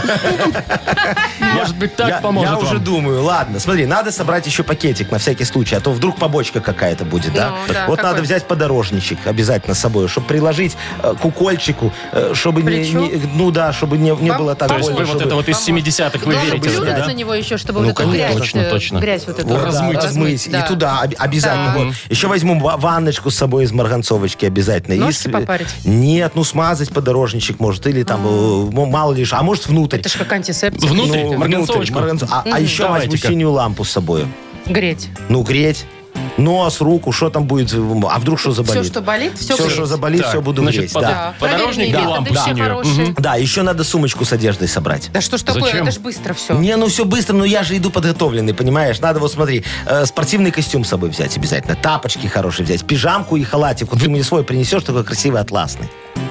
Может быть, так Я поможет уже вам. думаю, ладно, смотри, надо собрать еще пакетик на всякий случай, а то вдруг побочка какая-то будет, да? Ну, да, Вот какой? надо взять подорожничек обязательно с собой, чтобы приложить к укольчику, чтобы Плечу? ну да, чтобы не было так То есть больно. вы вот чтобы- это вот из 70-х вы Главное, верите в это, блюдо да? за него еще, чтобы Ну, вот эту конечно. грязь, Точно. грязь вот эту Вот, размыть. да, размыть. да. И туда обязательно. Так. Вот. Еще возьму ванночку с собой из марганцовочки обязательно. Ножки И попарить? Нет, ну смазать подорожничек может. Или там, мало ли, а может внутрь. Это ж как антисептик. Внутрь? Ну, Марганцовочку? А еще возьму Давайте-ка. синюю лампу с собой. Греть. Ну, греть. Нос, руку, что там будет? А вдруг что заболит? Все, что болит, все Все, греть. что заболит, Так, все буду значит, греть. под- Да. Подорожник, Проверенные да, методы лампу все синюю. хорошие. Да, еще надо сумочку с одеждой собрать. Да что ж такое, Зачем? это ж быстро все. Не, ну все быстро, но я же иду подготовленный, понимаешь? Надо вот смотри, спортивный костюм с собой взять обязательно, тапочки хорошие взять, пижамку и халатик. Вот ты мне свой принесешь, такой красивый атласный.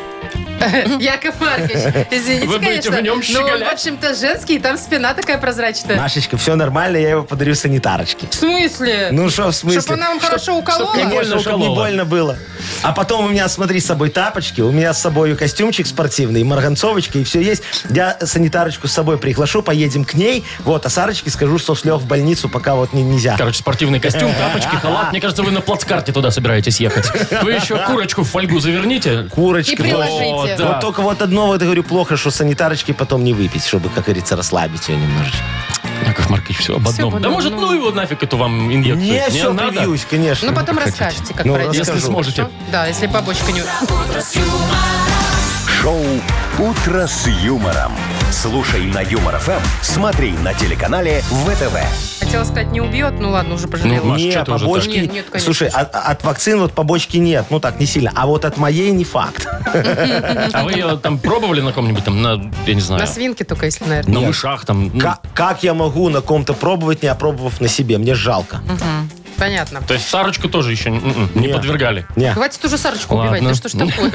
Яков Маркович, извините, Вы будете конечно. в нем Ну, щеголять? в общем-то, женский, там спина такая прозрачная. Машечка, все нормально, я его подарю санитарочке. В смысле? Ну что в смысле? Чтобы она вам хорошо уколола? конечно. Конечно, чтобы не уколола. больно было. А потом у меня, смотри, с собой тапочки, у меня с собой костюмчик спортивный, марганцовочка, и все есть. Я санитарочку с собой приглашу, поедем к ней, вот, а Сарочке скажу, что шлёг в больницу, пока вот нельзя. Короче, спортивный костюм, тапочки, халат. Мне кажется, вы на плацкарте туда собираетесь ехать. Вы еще курочку в фольгу заверните. Курочка. И приложите. Вот, да. Вот только вот одно, вот, говорю, плохо, что санитарочки потом не выпить, чтобы, как говорится, расслабить ее немножечко. Яков Маркович, все об Всё одном. об Да одном, может, ну. ну его нафиг эту вам инъекцию. Не, все, надо? привьюсь, конечно. Ну, потом как расскажете, как Ну, пройдет. Если расскажу. сможете. Да, если побочка не... Шоу «Утро с юмором». Слушай на Юмор ФМ, смотри на телеканале ВТВ. Хотела сказать, не убьет, ну ладно, уже пожалела. Маш, Не, что ты уже побочки... так? Нет, конечно. Слушай, от вакцин вот побочки нет, ну так, не сильно. А вот от моей не факт. А вы ее там пробовали на ком-нибудь там, я не знаю, На свинке только, если, наверное. на мышах там? Ну, Как я могу на ком-то пробовать, не опробовав на себе? Мне жалко. Понятно. То есть Сарочку тоже еще не Нет. подвергали? Не. Хватит уже Сарочку Ладно. убивать, да что ж такое?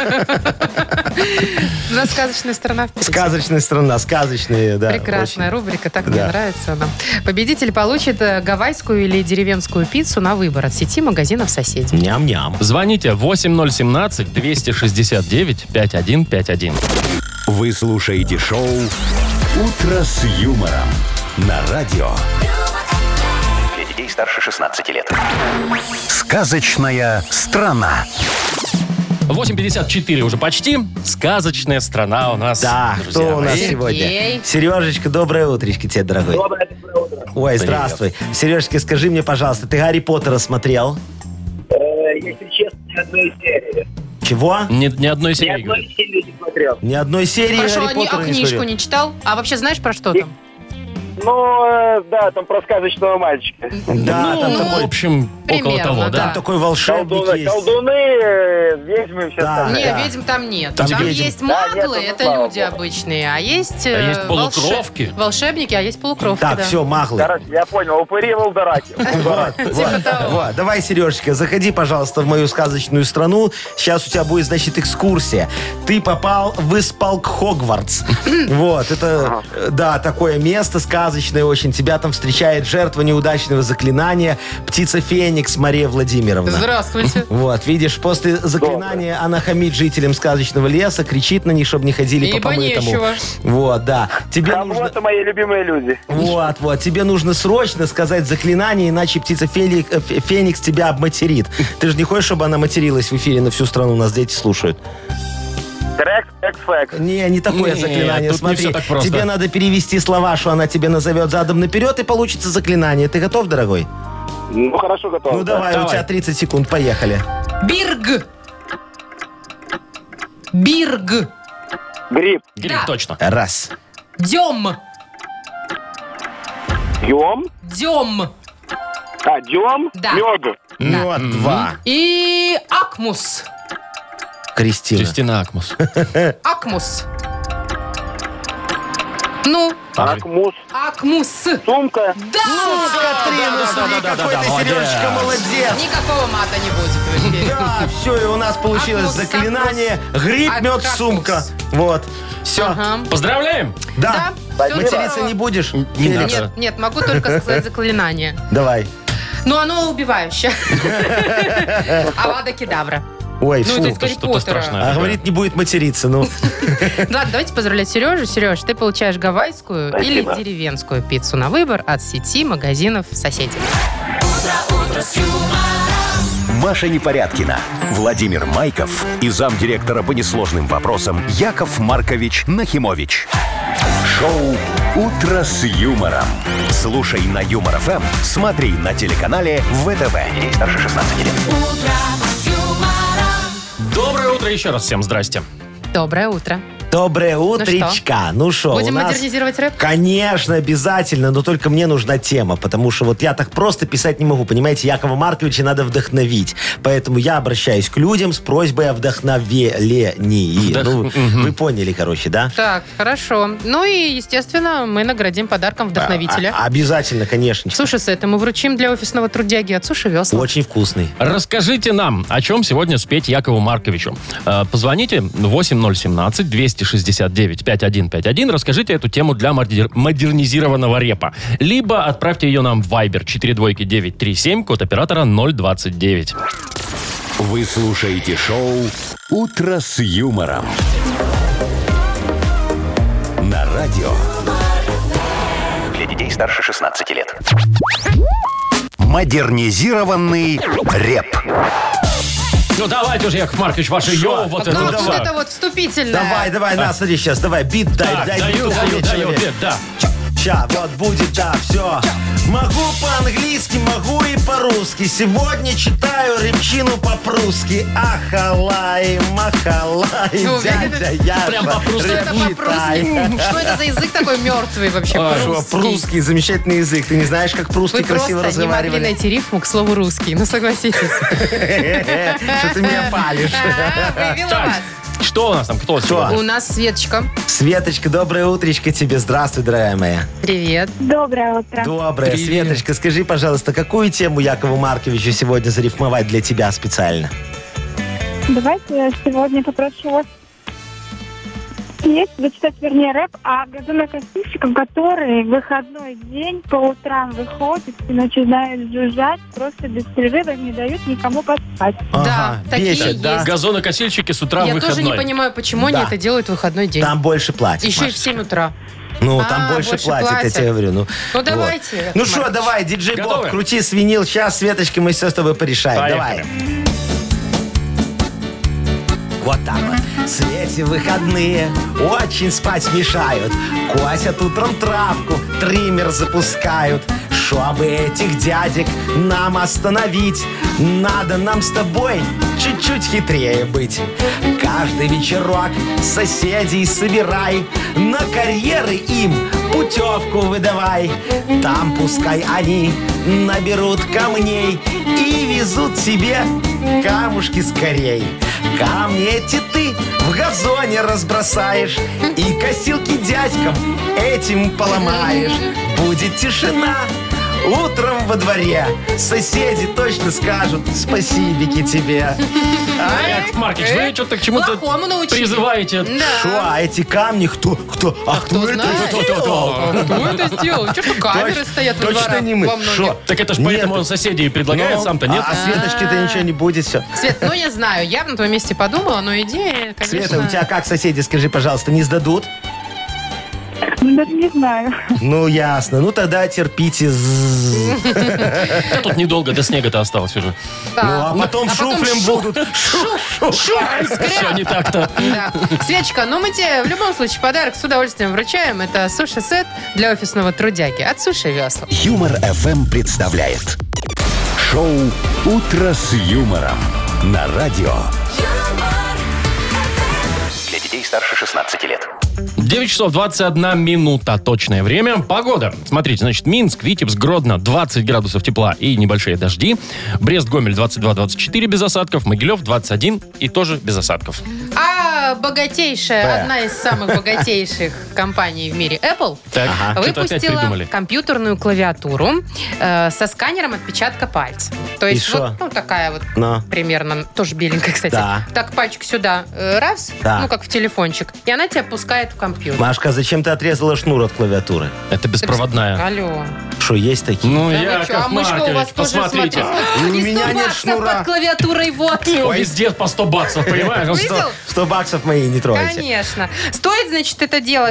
У нас сказочная страна впереди. Сказочная страна, сказочные, да. Прекрасная рубрика, так мне Да. нравится она. Победитель получит гавайскую или деревенскую пиццу на выбор от сети магазинов «Соседи». очень. Ням-ням. Звоните 8017-269-5151. Вы слушаете шоу «Утро с юмором» на радио. Для детей старше 16 лет. Сказочная страна. 8:54 уже почти. Сказочная страна у нас. Да, друзья кто у нас мои. Сергей. сегодня? Сережечка, доброе утречко тебе, дорогой. Доброе утро. Ой, здравствуй. Сережечка, скажи мне, пожалуйста, ты Гарри Поттера смотрел? Если честно, ни одной серии. Чего? Ни одной Ни серии. одной говорит. серии не смотрел. Ни одной серии Хорошо, Гарри Поттера не книжку смотрел? не читал? А вообще знаешь, про что там? Да, там про сказочного мальчика. Да, там В такой, общем, около примерно, того, да. да? там такой волшебник есть. Колдуны, ведьмы, все Да. остальное. Не, да. ведьм там нет. Там Там ведьм. есть Да, маглы, нет, это слава люди богу. обычные, а есть... есть полукровки. Волшебники, а есть полукровки, Так, да. все, маглы. Короче, я понял, упыри волдораки. Вот, давай, Сережечка, заходи, пожалуйста, в мою сказочную страну. Сейчас у тебя будет, значит, экскурсия. Ты попал в исполк Хогвартс. Вот, это, да, такое место сказочное очень. Тебя там встречает жертва неудачного заклинания птица Феникс Мария Владимировна. Здравствуйте. Вот, видишь, после заклинания она хамит жителям сказочного леса, кричит на них, чтобы не ходили по Ибо помытому. нечего. Вот, да. Тебе А нужно... вот и мои любимые люди. Вот. Тебе нужно срочно сказать заклинание, иначе птица Феникс тебя обматерит. Ты же не хочешь, чтобы она материлась в эфире на всю страну? Нас дети слушают. Трек, фэк. Не такое Не, заклинание. тут не Смотри, всё так просто. тебе надо перевести слова, что она тебе назовет задом наперед, и получится заклинание. Ты готов, дорогой? Ну, хорошо, готов. Ну давай, у тебя 30 секунд, поехали. Бирг. Бирг. Гриб. Гриб, Да. точно. Раз. Дем. Дем. Дем. Дем. Да. Мед. Ну, вот, два. И Акмус. Кристина. Кристина Акмус. Акмус. Ну, Акмус. Акмус. Сумка. Да! Катрин, ну смотри, какой ты, молодец. Сережечка, молодец. Никакого мата не будет в эфире. Да, все, и у нас получилось Акмус, заклинание гриб, Акмус. мед, Акмус. сумка. Вот. Все. Ага. Поздравляем! Да. Да, всё Материться здорово. не будешь? Не Феликс? надо. Нет, могу только сказать заклинание. Давай. Но оно убивающее. Авада кедавра. Ой, Ну, фу. это из Гарри что-то Поттера. страшное. А говорит, не будет материться, ну. Ладно, давайте поздравлять Сережу. Сереж, ты получаешь гавайскую или деревенскую пиццу на выбор от сети магазинов «Соседи». Маша Непорядкина, Владимир Майков и замдиректора по несложным вопросам Яков Маркович Нахимович. Шоу «Утро с юмором». Слушай на Юмор ФМ, смотри на телеканале ВТВ. Ей старше 16 лет. Доброе утро еще раз всем, здрасте. Доброе утро. Доброе утречка. Ну что, Будем модернизировать рэп? Конечно, обязательно, но только мне нужна тема, потому что вот я так просто писать не могу, понимаете, Якова Марковича надо вдохновить. Поэтому я обращаюсь к людям с просьбой о вдохновении. Ну, вы поняли, короче, да? Так, хорошо. Ну и, естественно, мы наградим подарком вдохновителя. Обязательно, конечно. Суши-сеты мы вручим для офисного трудяги от Суши Весла. Очень вкусный. Расскажите нам, о чем сегодня спеть Якову Марковичу. Позвоните 8017-269-5151. Расскажите эту тему для модернизированного репа. Либо отправьте ее нам в Viber 42937, код оператора 029. Вы слушаете шоу «Утро с юмором». На радио. Для детей старше 16 лет. Модернизированный реп. Ну давайте уже, Яков Маркович, ваше Шо? йоу, вот Ну, это вот вот всё. это вот вступительное. Давай, на, смотри, сейчас, давай, бит дай, Так, дай даю, биту, человек. бит, да. Ща, вот будет, да, все. Могу по-английски, могу и по-русски. Сегодня читаю репчину по-прусски. Ахалай, махалай, Ну, дядя Яша. Прям по-прусски. Что это по-прусски? Что это за язык такой мертвый вообще? Шо, По-русски. прусский, замечательный язык. Ты не знаешь, как прусский Вы красиво просто не могли разговаривали? найти рифму к слову «русский». Ну, согласитесь. Что ты меня палишь? Выявила Так, вас. что у нас там? Кто сегодня? У нас Светочка. Светочка, доброе утречко тебе. Здравствуй, дорогая моя. Привет. Доброе утро. Доброе. Привет. Светочка, скажи, пожалуйста, какую тему Якову Марковичу сегодня зарифмовать для тебя специально? Давайте я сегодня попрошу вас зачитать, вернее, рэп о газонокосильщиках, которые в выходной день по утрам выходят и начинают жужжать, просто без перерыва не дают никому поспать. Да, такие бесит, да. есть. Газонокосильщики с утра в Я выходной. тоже не понимаю, почему они Да. это делают в выходной день. Там больше платят. Еще и в Машечка. 7 утра. Ну, А, там больше больше платят, я платят. тебе говорю. Ну, Ну, давайте, Яков Ну что, Маркович. давай, диджей Боб, Готовы? крути свинил. Сейчас, Светочка, мы все с тобой порешаем. Поехали. Давай. Вот так вот. Свете выходные очень спать мешают. Косят утром травку, триммер запускают. Чтобы этих дядек нам остановить, Надо нам с тобой чуть-чуть хитрее быть. Каждый вечерок соседей собирай, на карьеры им путевку выдавай. Там пускай они наберут камней и везут себе камушки скорей. Камни эти ты в газоне разбросаешь и косилки дядькам этим поломаешь. Будет тишина утром во дворе, соседи точно скажут спасибики тебе. Яков Маркович, вы что-то к чему-то Плохому научили. призываете. Шо, а эти камни кто? А кто это знает? сделал? Кто это сделал? Что ж камеры Точно- стоят во точно дворах не мы. во многих? Шо? Так это ж Нет. поэтому он соседей предлагает, Ну, сам-то нет. А Светочки-то ничего не будет, все. Свет, ну не знаю, я бы на твоем месте подумала, но идея, конечно... Света, у тебя как соседи, скажи, пожалуйста, не сдадут? Ну, даже не знаю. Ну, ясно. Ну, тогда терпите. Да тут недолго, до снега-то осталось уже. Да. Ну, а потом шуфлем будут. Все не так-то. Да. Светочка, ну мы тебе в любом случае подарок с удовольствием вручаем. Это суши-сет для офисного трудяги от Суши Весла. Юмор FM представляет шоу «Утро с юмором» на радио. Для детей старше 16 лет. 9 часов 21 минута точное время. Погода. Смотрите, значит, Минск, Витебск, Гродно 20 градусов тепла и небольшие дожди. Брест, Гомель 22-24 без осадков. Могилев 21 и тоже без осадков. А богатейшая, одна из самых богатейших компаний в мире, Apple, Так, что-то опять выпустила придумали. компьютерную клавиатуру со сканером отпечатка пальца. То есть шо? вот ну, такая вот Но. примерно, тоже беленькая, кстати. Да. Так, пальчик сюда, раз, Да. ну как в телефончик, и она тебя пускает в компьютер. Машка, зачем ты отрезала шнур от клавиатуры? Это беспроводная. Алло. Что, есть такие? Ну, Да вы Яков чё, а мышка у вас Маркович, тоже, посмотрите. смотрите. У И меня 100 нет баксов шнура. под клавиатурой, вот. Везде по 100 баксов, понимаешь? Видел? 100 баксов мои не трогайте. Конечно. Стоит, значит, это дело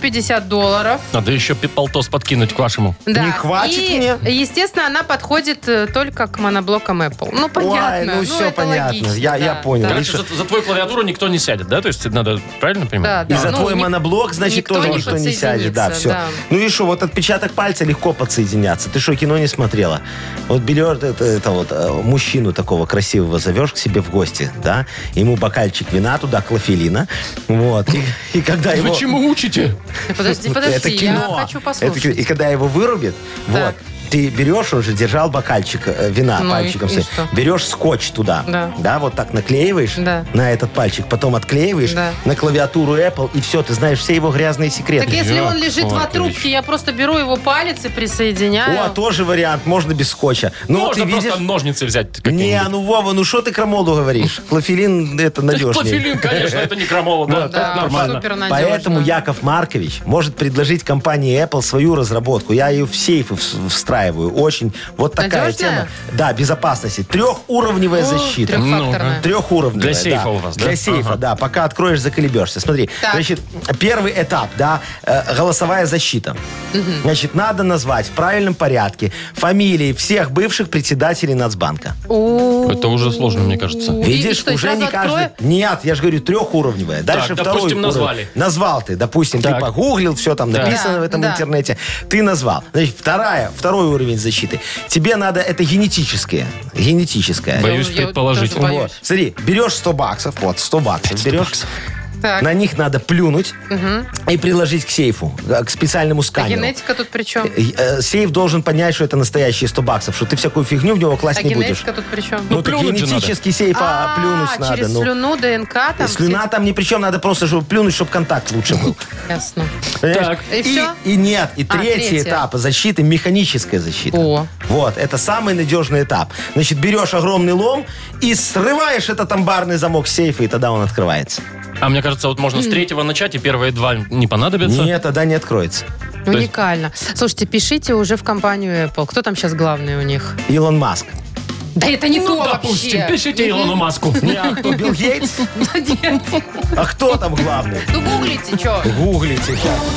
$150. Надо еще полтос подкинуть к вашему. Да. Не хватит и, мне? естественно, она подходит только к моноблокам Apple. Ну, понятно. ну всё это понятно. логично, Я да. понял. Да. Короче, за твою клавиатуру никто не сядет, да? То есть надо, правильно Да, понимаю? да. И за Ну, твой ник- моноблок, значит, никто тоже не никто не сядет. Да, подсоединится, все. да. Ну и что, вот отпечаток пальца легко подсоединяться. Ты что, кино не смотрела? Вот берешь это вот мужчину такого красивого зовешь к себе в гости, да? Ему бокальчик вина, туда клофелина. Вот. И когда его... Вы чему учите? Подожди, Это кино. я хочу послушать. И когда его вырубит, вот, ты берешь, он же держал бокальчик вина Ну пальчиком. и всё. что? Берешь скотч туда. Да. Вот так наклеиваешь Да. на этот пальчик, потом отклеиваешь Да. на клавиатуру Apple, и все, ты знаешь все его грязные секреты. Так если он лежит в Маркович. отрубке, я просто беру его палец и присоединяю. О, тоже вариант, можно без скотча. Но Можно ты видишь... просто ножницы взять Не, какие-нибудь. ну Вова, ну что ты крамолу говоришь? Клофелин это надежнее. Клофелин, конечно, это не крамола, да, Да, это нормально. супер надежно. Поэтому Яков Маркович может предложить компании Apple свою разработку. Я ее в сейфы встраиваю. Очень вот такая Надежная? тема. Да, безопасности. Трехуровневая защита. Трехфакторная. Трехуровневая. Для сейфа да. у вас, да? Для сейфа, да. Пока откроешь, заколебешься. Смотри, Так. значит, первый этап, да, голосовая защита. Значит, надо назвать в правильном порядке фамилии всех бывших председателей Нацбанка. Это уже сложно, мне кажется. И Видишь, что, уже сразу не каждый... открою? Нет, я же говорю, трехуровневая. Дальше Так, второй допустим, уровень. назвали. Назвал ты, допустим, Так. ты погуглил, все там Да. написано в этом Да. интернете. Ты назвал. Значит, второй уровень защиты. Тебе надо, это генетическое. Генетическое. Боюсь Я предположить. тоже боюсь. Вот. Смотри, берешь 100 баксов, вот, 100 баксов берешь, Так. на них надо плюнуть и приложить к сейфу, к специальному А сканеру. генетика тут при чем? Сейф должен понять, что это настоящие 100 баксов, что ты всякую фигню в него класть А не будешь. генетика тут при чем? Ну, так плюнуть же генетический сейф, плюнуть надо. через ну. слюну, ДНК там? Слюна там ни при чем, надо просто, чтобы плюнуть, чтобы контакт лучше был. Ясно. Понимаешь? Так. И всё? И нет, и третий третье. этап защиты, механическая защита. О. Вот, это самый надежный этап. Значит, берешь огромный лом и срываешь этот амбарный замок сейфа, и тогда он открывается. А мне кажется, вот можно с третьего начать, и первые два не понадобятся. Нет, тогда не откроется. Уникально. Слушайте, пишите уже в компанию Apple. Кто там сейчас главный у них? Илон Маск. Да это не Ну, то допустим, вообще. пишите Илону Маску. Не, а кто, Билл Гейтс? Нет. А кто там главный? Ну гуглите, что? Гуглите.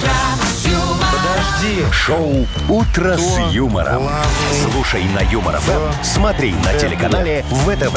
Подожди. Шоу «Утро с юмором». Слушай на Юмор ФМ, смотри на телеканале ВТВ.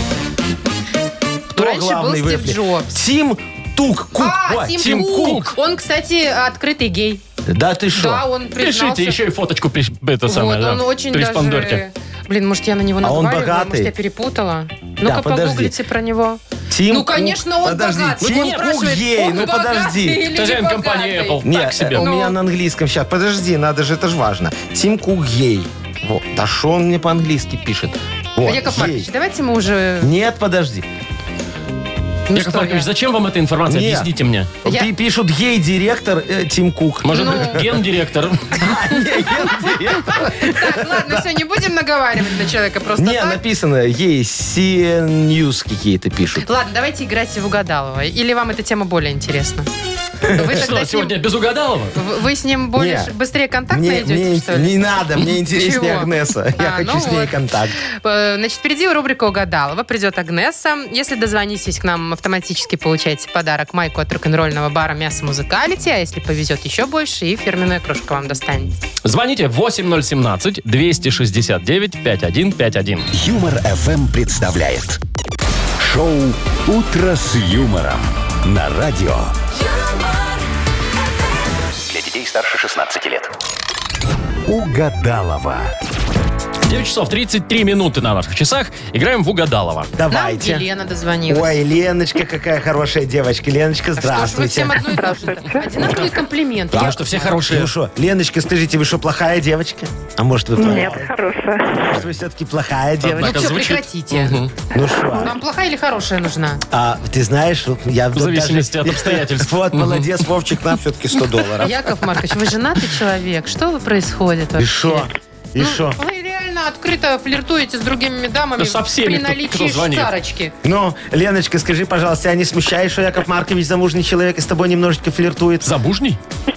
Кто Раньше был главный в Стив Apple? Джобс. Тим Кук. А, Тим Кук. Он, кстати, открытый гей. Да ты Да, что? он признался. Пишите еще и фоточку это Вот, самое, да, он очень приспондорьте. даже Блин, может, я на него А он наговариваю, богатый? может, я перепутала. Ну-ка, подожди. погуглите про него. Тим Ну, Кук. конечно, он Подожди, богатый. Тим Он Кук спрашивает, гей, он ну богатый подожди. или Хозяин не компании богатый? Apple. Нет, Так себе. у меня на английском сейчас. Подожди, надо же, это же важно. Тим Кук гей. Вот. Да что он мне по-английски пишет? Вот, Яков гей. Маркович, давайте мы уже... Нет, подожди. Ну Яков что Маркович, я? зачем вам эта информация? Нет. Объясните мне. Я- Пишут гей-директор Тим Кук. Может Ну. быть, гендиректор? Так, ладно, все, не будем наговаривать на человека просто Не, так. написано гей, CN News какие-то пишут. Ладно, давайте играть в угадалово. Или вам эта тема более интересна? Вы Что, тогда с ним... сегодня без угадалова? Вы с ним более Не. быстрее контакт Мне найдете, что ли? не надо, мне интереснее Чего? Агнеса. Я А, хочу ну с ней вот. контакт. Значит, впереди рубрика «Угадалова». Придет Агнеса. Если дозвонитесь к нам, автоматически получаете подарок, майку от рок-н-ролльного бара «Мясо Музыкалити». А если повезет еще больше, и фирменная кружка вам достанется. Звоните 8017-269-5151. Юмор FM представляет шоу «Утро с юмором» на радио. Для детей старше 16 лет. Угадалова. 9 часов 33 минуты на наших часах. Играем в Угадалова. Давайте. Нам Елена дозвонилась. Ой, Леночка, какая хорошая девочка. Леночка, Что ж вы здравствуйте. всем одно и то же? Одинаковые комплименты. Потому Яков что все Маркович. хорошие. Ну что, Леночка, скажите, вы что, плохая девочка? А может, вы Нет, хорошая. Может, вы все-таки плохая девочка? Ну Однако все, звучит- прекратите. Мгм. Ну что? Вам плохая или хорошая нужна? А ты знаешь, вот я В зависимости от обстоятельств. Вот, молодец, Вовчик, нам все-таки $100. Яков Маркович, вы женатый человек? Что вы происходит И вообще? что? И Ну, что? Вы реально открыто флиртуете с другими дамами Со всеми, при кто наличии звонит. шцарочки. Ну, Леночка, скажи, пожалуйста, тебя не смущает, что Яков Маркович замужний человек и с тобой немножечко флиртует? Забужний?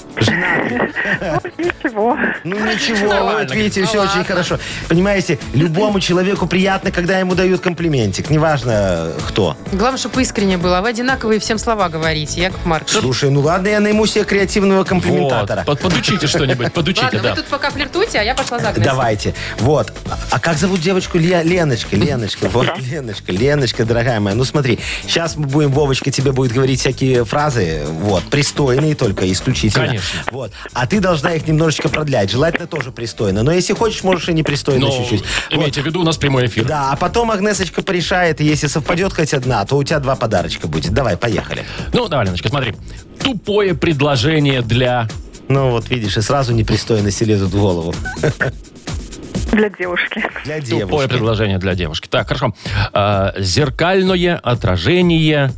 Ничего. Ну ничего, Нормально. вот видите, Ну все очень ладно. хорошо. Понимаете, любому человеку приятно, когда ему дают комплиментик, неважно кто. Главное, чтобы искренне было. А вы одинаковые всем слова говорите, Яков Маркович. Слушай, ну ладно, я найму себе креативного комплиментатора. Вот. Подучите что-нибудь, подучите, Ладно, да. вы тут пока флиртуете, а я пошла за Агнесой. Давайте. Вот. А как зовут девочку? Леночка. Вот, Леночка, дорогая моя. Ну смотри, сейчас мы будем, Вовочка, тебе будет говорить всякие фразы, вот, пристойные только, исключительно. Конечно. Вот. А ты должна их немножечко продлять. Желательно тоже пристойно. Но если хочешь, можешь и непристойно Но чуть-чуть. имейте в виду, у нас прямой эфир. Да, а потом Агнесочка порешает, и если совпадет хоть одна, то у тебя 2 подарочка будет. Давай, поехали. Ну, давай, Леночка, смотри. Тупое предложение для... Ну вот, видишь, и сразу непристойности лезут в голову. Для девушки. Для Тупое девушки. предложение для девушки. Так, хорошо. Зеркальное отражение...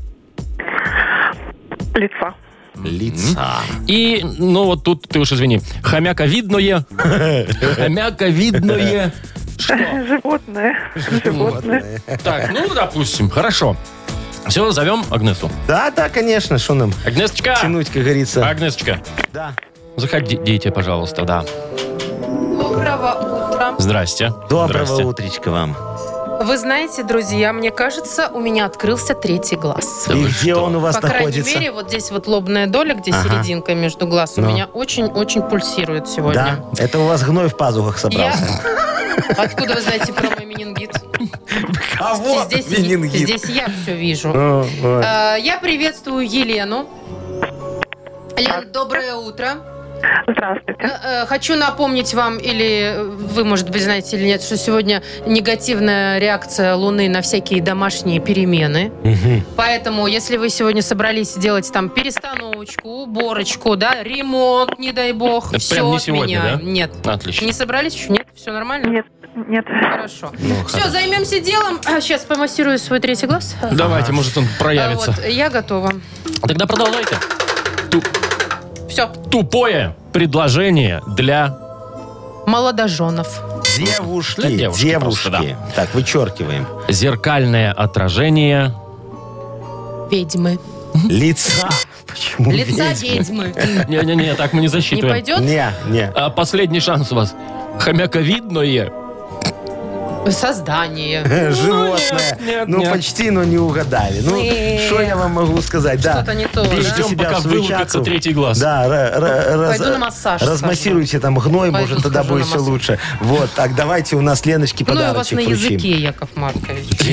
Лица. Лица. И, ну вот тут, ты уж извини, хомяковидное... Хомяковидное... Животное. Животное. Так, ну, допустим, хорошо. Все, зовем Агнесу. Да, конечно, что нам Агнесочка! тянуть, как говорится. Агнесочка, Да. заходите, пожалуйста, да. Доброго утра. Здрасте. Доброго Здрасте. утречка вам. Вы знаете, друзья, мне кажется, у меня открылся третий глаз. Да И вы где что? он у вас По крайней находится? мере, вот здесь вот лобная доля, где Ага. серединка между глаз, у Ну. меня очень-очень пульсирует Да, сегодня. это у вас гной в пазухах Я... собрался. Откуда вы знаете про мой менингит? Кого? Здесь я все вижу. Я приветствую Елену. Лен, доброе утро. Здравствуйте. Хочу напомнить вам, или вы, может быть, знаете или нет, что сегодня негативная реакция Луны на всякие домашние перемены. Поэтому, если вы сегодня собрались делать там перестановочку, уборочку, да, ремонт, не дай бог, Это все прям не от сегодня, меня. да? Нет. Отлично. Не собрались еще? Нет? Все нормально? Нет, нет. Хорошо. Все, займемся делом. Сейчас помассирую свой третий глаз. Давайте, может, он проявится. Вот, я готова. Тогда продолжайте. Все. Тупое предложение для... Молодоженов. Девушки, Для девушки просто, да. Так, вычеркиваем. Зеркальное отражение... Ведьмы. Лица. Почему Лица ведьмы? ведьмы. Не-не-не, так мы не Не засчитываем. пойдет? Не. А последний шанс у вас. Хомяковидное... Создание. Животное. нет, Ну, нет. почти, но не угадали. Ну, Нет. что я вам могу сказать? Да. Что-то не то, Берите да? Ждем, себя пока в свою вылупится чакру. третий глаз. Да, Пойду на массаж размассируйте там гной, Пойду может, тогда схожу будет на все массаж. лучше. Вот, так, давайте у нас Леночке Ну и у вас подарочек на вручим. языке, Яков Маркович. Где?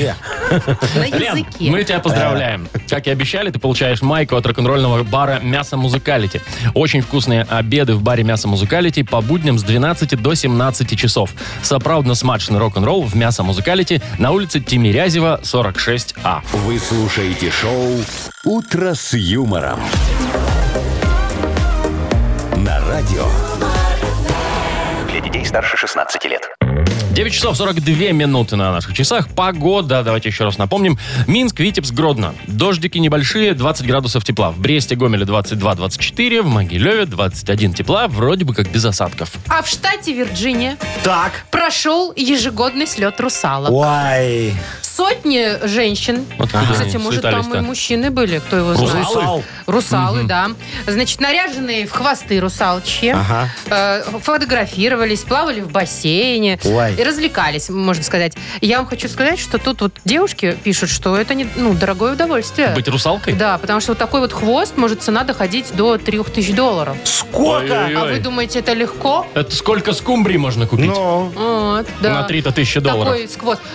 На Лен, языке. мы тебя поздравляем. Как и обещали, ты получаешь майку от рок-н-ролльного бара «Мясо Музыкалити». Очень вкусные обеды в баре «Мясо Музыкалити» по будням с 12 до 17 часов. Сапраўдна смачный рок-н-ролл в «Мясо Музыкалити» на улице Тимирязева, 46А. Вы слушаете шоу «Утро с юмором». На радио. Для детей старше 16 лет. 9 часов 42 минуты на наших часах. Погода, давайте еще раз напомним. Минск, Витебск, Гродно. Дождики небольшие, 20 градусов тепла. В Бресте, Гомеле 22-24, в Могилеве 21 тепла, вроде бы как без осадков. А в штате Вирджиния Так. прошел ежегодный слет русалок. Ой. Сотни женщин. Откуда Кстати, они может, там слетались-то? и мужчины были, кто его знает. Русалы? Русалы, да. Значит, наряженные в хвосты русалочьи, Ага. фотографировались, плавали в бассейне Ой. и развлекались, можно сказать. Я вам хочу сказать, что тут вот девушки пишут, что это не, дорогое удовольствие. Быть русалкой? Да, потому что вот такой вот хвост может цена доходить до $3000. Сколько? Ой-ой-ой. А вы думаете, это легко? Это сколько скумбрий можно купить? Ну, Вот, да. На 3 тысячи долларов. Такой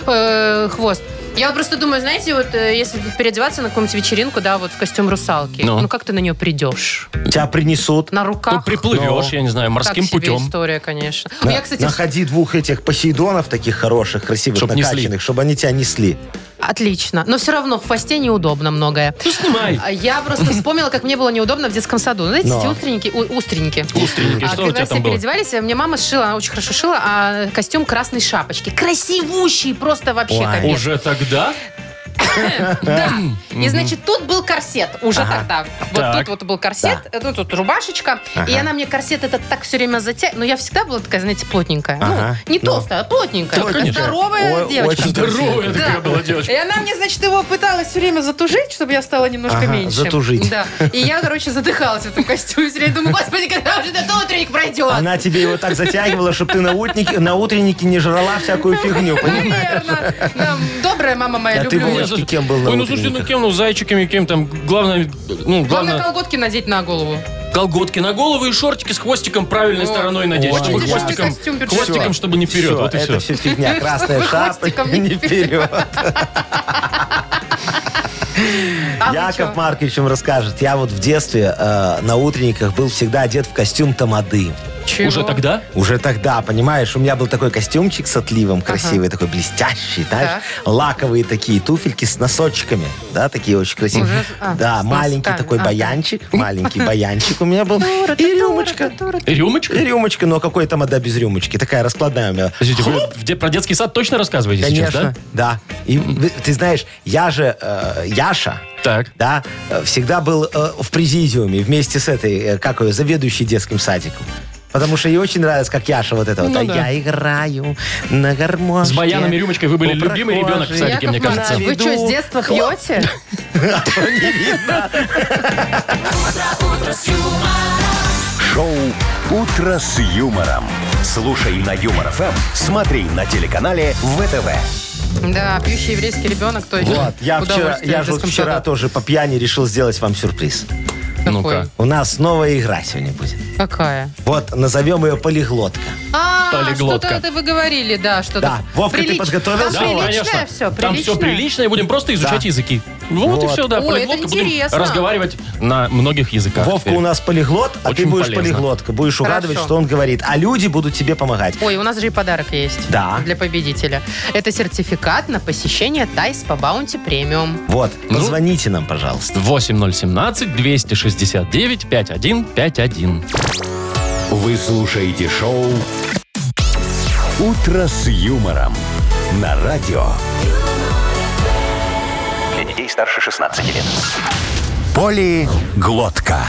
хвост. Я вот просто думаю, знаете, вот если переодеваться на какую-нибудь вечеринку, да, вот в костюм русалки, Ну. как ты на нее придешь? тебя принесут. На руках? Ну, приплывешь, я не знаю, морским Так себе путем. история, конечно. Я, кстати, Находи двух этих посейдонов, таких хороших, красивых, Чтоб несли. накачанных, чтобы они тебя несли. отлично. Но все равно в хвосте неудобно многое. Ну, снимай. Я просто вспомнила, как мне было неудобно в детском саду. Знаете, Но. эти устренники. Устренники, что у Когда тебя все там было? переодевались, мне мама сшила, она очень хорошо шила, костюм красной шапочки. Красивущий, просто вообще Ой. капец. Уже тогда? Да. И, значит, тут был корсет уже тогда. Вот Так. тут вот был корсет, тут рубашечка. И она мне корсет этот так все время затягивала. Но я всегда была такая, знаете, плотненькая. Ага. Не толстая, а плотненькая. Да, конечно. Здоровая Ой, девочка. очень Здоровая Да. такая была девочка. И она мне, значит, его пыталась все время затужить, чтобы я стала немножко Ага, меньше. затужить. Да. И я, короче, задыхалась в этом костюме. Все время думаю, господи, когда уже этот утренник пройдет? Она тебе его так затягивала, чтобы ты на утреннике не жрала всякую фигню, понимаешь? Наверное. Да, добрая мама моя, А ты, люблю ее. Вовочка, кем был на Ой, ну слушайте, утренниках? кем, зайчиками, кем там, главное, Главное, колготки надеть на голову. колготки на голову и шортики с хвостиком правильной стороной надеть. Ой, Чтобы видишь, хвостиком, костюм бюджетный. хвостиком, чтобы не вперед. Всё, Вот и это все. все фигня. Красная шапка, хвостиком не не вперед. А вы Яков чё? Маркович вам расскажет. Я вот в детстве на утренниках был всегда одет в костюм тамады. Чего? Уже тогда? Уже тогда, понимаешь, у меня был такой костюмчик с отливом, красивый, такой блестящий, знаешь, лаковые такие туфельки с носочками, да, такие очень красивые. Уже- Да, с маленький носками, такой баянчик, маленький баянчик у меня был. И рюмочка. Рюмочка? И рюмочка, но какой тамада без рюмочки? Такая раскладная у меня. Подождите, вы про детский сад точно рассказываете сейчас, Конечно, да. И ты знаешь, я же, Яша, Так. да, всегда был в президиуме вместе с этой, как ее, заведующей детским садиком. Потому что ей очень нравилось, как Яша вот это вот. Ну А да. я играю на гармошке. С баяном и рюмочкой вы были у любимый ребенок в прохожих. садике, мне Яков кажется. Маркович, вы что, с детства пьете? Шоу «Утро с юмором». Слушай на Юмор ФМ, смотри на телеканале ВТВ. Да, пьющий еврейский ребенок точно. Вот, я Удовольствие в же вот детском вчера саду. тоже по пьяни решил сделать вам сюрприз. Ну-ка. У нас новая игра сегодня будет. Какая? Вот, назовем ее полиглотка. Полиглотка. Что-то это вы говорили, да, что-то. Да. Вовка, ты подготовился? Там Да, приличное все, Там все прилично, и будем просто изучать Да. языки. Вот и Вот. все, да. Ой, Полиглотка, это будем интересно. разговаривать на многих языках. Вовка теперь. у нас полиглот, а ты Очень будешь полезно. полиглотка. Будешь угадывать, Хорошо. что он говорит. А люди будут тебе помогать. Ой, у нас же и подарок есть. Да. Для победителя. Это сертификат на посещение Тайс по Баунти Премиум. Вот, Ну? позвоните нам, пожалуйста. 8017-269-5151. Вы слушаете шоу «Утро с юмором» на радио. Для детей старше 16 лет. Полиглотка.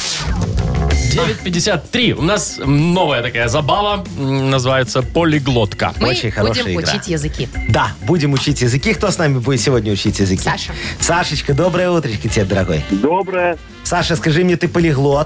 9:53. У нас новая такая забава. Называется полиглотка. Мы Очень хорошая будем игра. учить языки. Да, будем учить языки. Кто с нами будет сегодня учить языки? Саша. Сашечка, доброе утречко тебе, дорогой. Доброе. Саша, скажи мне, ты полиглот?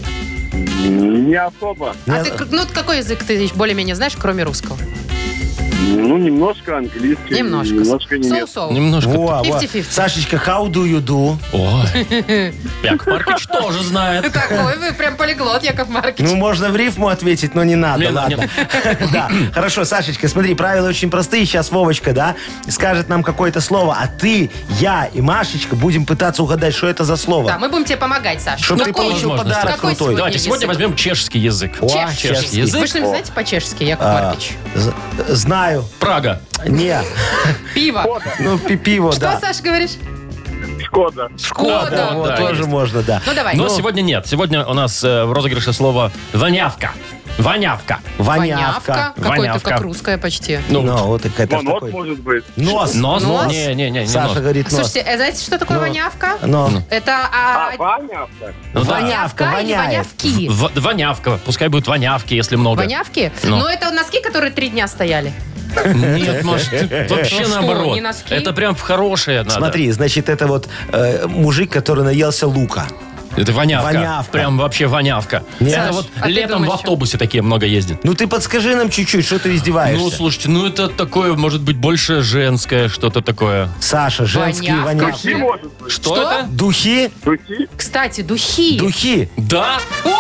Не особо. А ты, какой язык ты более-менее знаешь, кроме русского? Ну, немножко английский, немножко немецкий. Соу-соу. Немножко. Во, во. 50-50. Сашечка, how do you do? Ой. Яков Маркович тоже знает. Какой вы прям полиглот, Яков Маркович. Ну, можно в рифму ответить, но не надо, Не, ладно. Да, хорошо, Сашечка, смотри, правила очень простые. Сейчас Вовочка, да, скажет нам какое-то слово, а ты, я и Машечка будем пытаться угадать, что это за слово. Да, мы будем тебе помогать, Саша. Чтоб ты Какой? получил возможно, подарок Какой крутой. Давайте сегодня язык? возьмем чешский язык. О, Чешский чешский. язык. Вы что-нибудь знаете по-чешски, Яков Маркович? Знаю. Прага. Не. Пиво. Ну, пиво, Что, да. Саша, говоришь? Шкода. Шкода, вот, да, тоже есть. можно, да. Ну, давай. Но сегодня нет. Сегодня у нас в розыгрыше слово «вонявка». Вонявка. Вонявка. Какой-то Вонявка. как русская почти. Ну, Ну, вот это Нос такой. может быть. Нос. нос? Нос? Не Саша нос. говорит нос. Слушайте, знаете, что такое Ну. вонявка? Но. Это Понятно. Ну да. вонявка или воняет. вонявки? Вонявка. Пускай будет вонявки, если много. Вонявки? Ну. Ну, это носки, которые 3 дня стояли. Нет, Маш, вообще Ну что, наоборот. не носки? Это прям в хорошее надо. Смотри, значит, это вот мужик, который наелся лука. Это вонявка. Вонявка. Прям вообще вонявка. Нет. Это Саш, вот а ты летом думаешь, в автобусе такие много ездят. Ну ты подскажи нам чуть-чуть, что ты издеваешься. Ну, слушайте, ну это такое, может быть, больше женское, что-то такое. Саша, женские Вонявка. вонявки. Духи может быть. Что, Что? это? Духи? Духи. Кстати, духи. Духи. Да?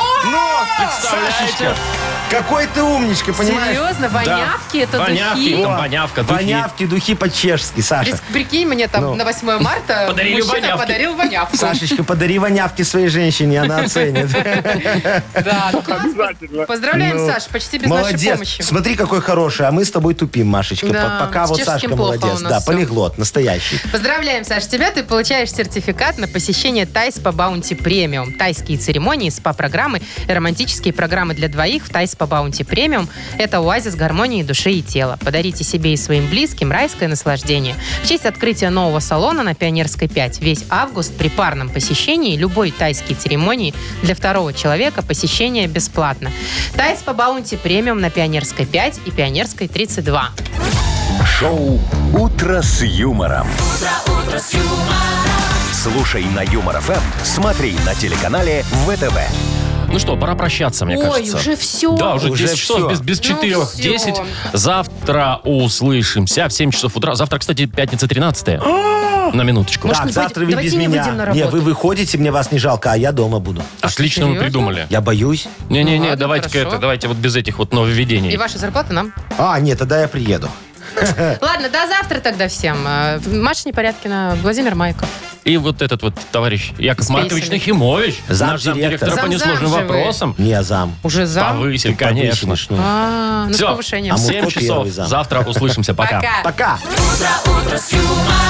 Сашечка, какой ты умничка, понимаешь? Серьезно? Вонявки? Это Вонявки, духи? там вонявка, духи. Вонявки, духи по-чешски, Саша. Прикинь, мне там Ну. на 8 марта Подарили мужчина вонявки. подарил вонявку. Сашечка, подари вонявки своей женщине, она оценит. Да, ну класс. Обязательно. Поздравляем, Ну, Саш, почти без нашей Молодец. помощи. Смотри, какой хороший, а мы с тобой тупим, Машечка. Да, Пока с вот чешским Сашка плохо молодец. у нас Да, всё. полиглот, настоящий. Поздравляем, Саш, тебя. Ты получаешь сертификат на посещение Тайс по Баунти Премиум. Тайские церемонии, СПА-программы и романтические программы для двоих в Тайс по Баунти Премиум – это оазис гармонии души и тела. Подарите себе и своим близким райское наслаждение. В честь открытия нового салона на Пионерской 5 весь август при парном посещении любой тайской церемонии для второго человека посещение бесплатно. Тайс по Баунти Премиум на Пионерской 5 и Пионерской 32. Шоу «Утро с юмором». Слушай на Юмор ФМ, смотри на телеканале ВТВ. Ну что, пора прощаться, мне Ой, кажется. уже все. Да, уже Уже 10 часов, всё. без Ну 4, всё. 10. Завтра услышимся в 7 часов утра. Завтра, кстати, пятница 13 На минуточку. Может, Так, не завтра вы давайте без не меня. выйдем на Не, работу. вы выходите, мне вас не жалко, а я дома буду. Отлично мы Серьезно? придумали. Я боюсь. Не-не-не, Ну ладно, давайте-ка хорошо. это, давайте вот без этих вот нововведений. И ваша зарплата нам. А, нет, тогда я приеду. Ладно, до завтра тогда всем. Маша Непорядкина, Владимир Майков. И вот этот вот товарищ Яков С Маркович пейсами. Нахимович, наш Замдиректора. замдиректора по Зам-зам несложным же вы. вопросам, Не, зам. Уже зам? повысили, конечно. Повысишь, ну. Ну, с Все, повышением. А мы 7 кто часов. первый зам? Завтра услышимся. Пока. Пока. Пока. Утро с юмором.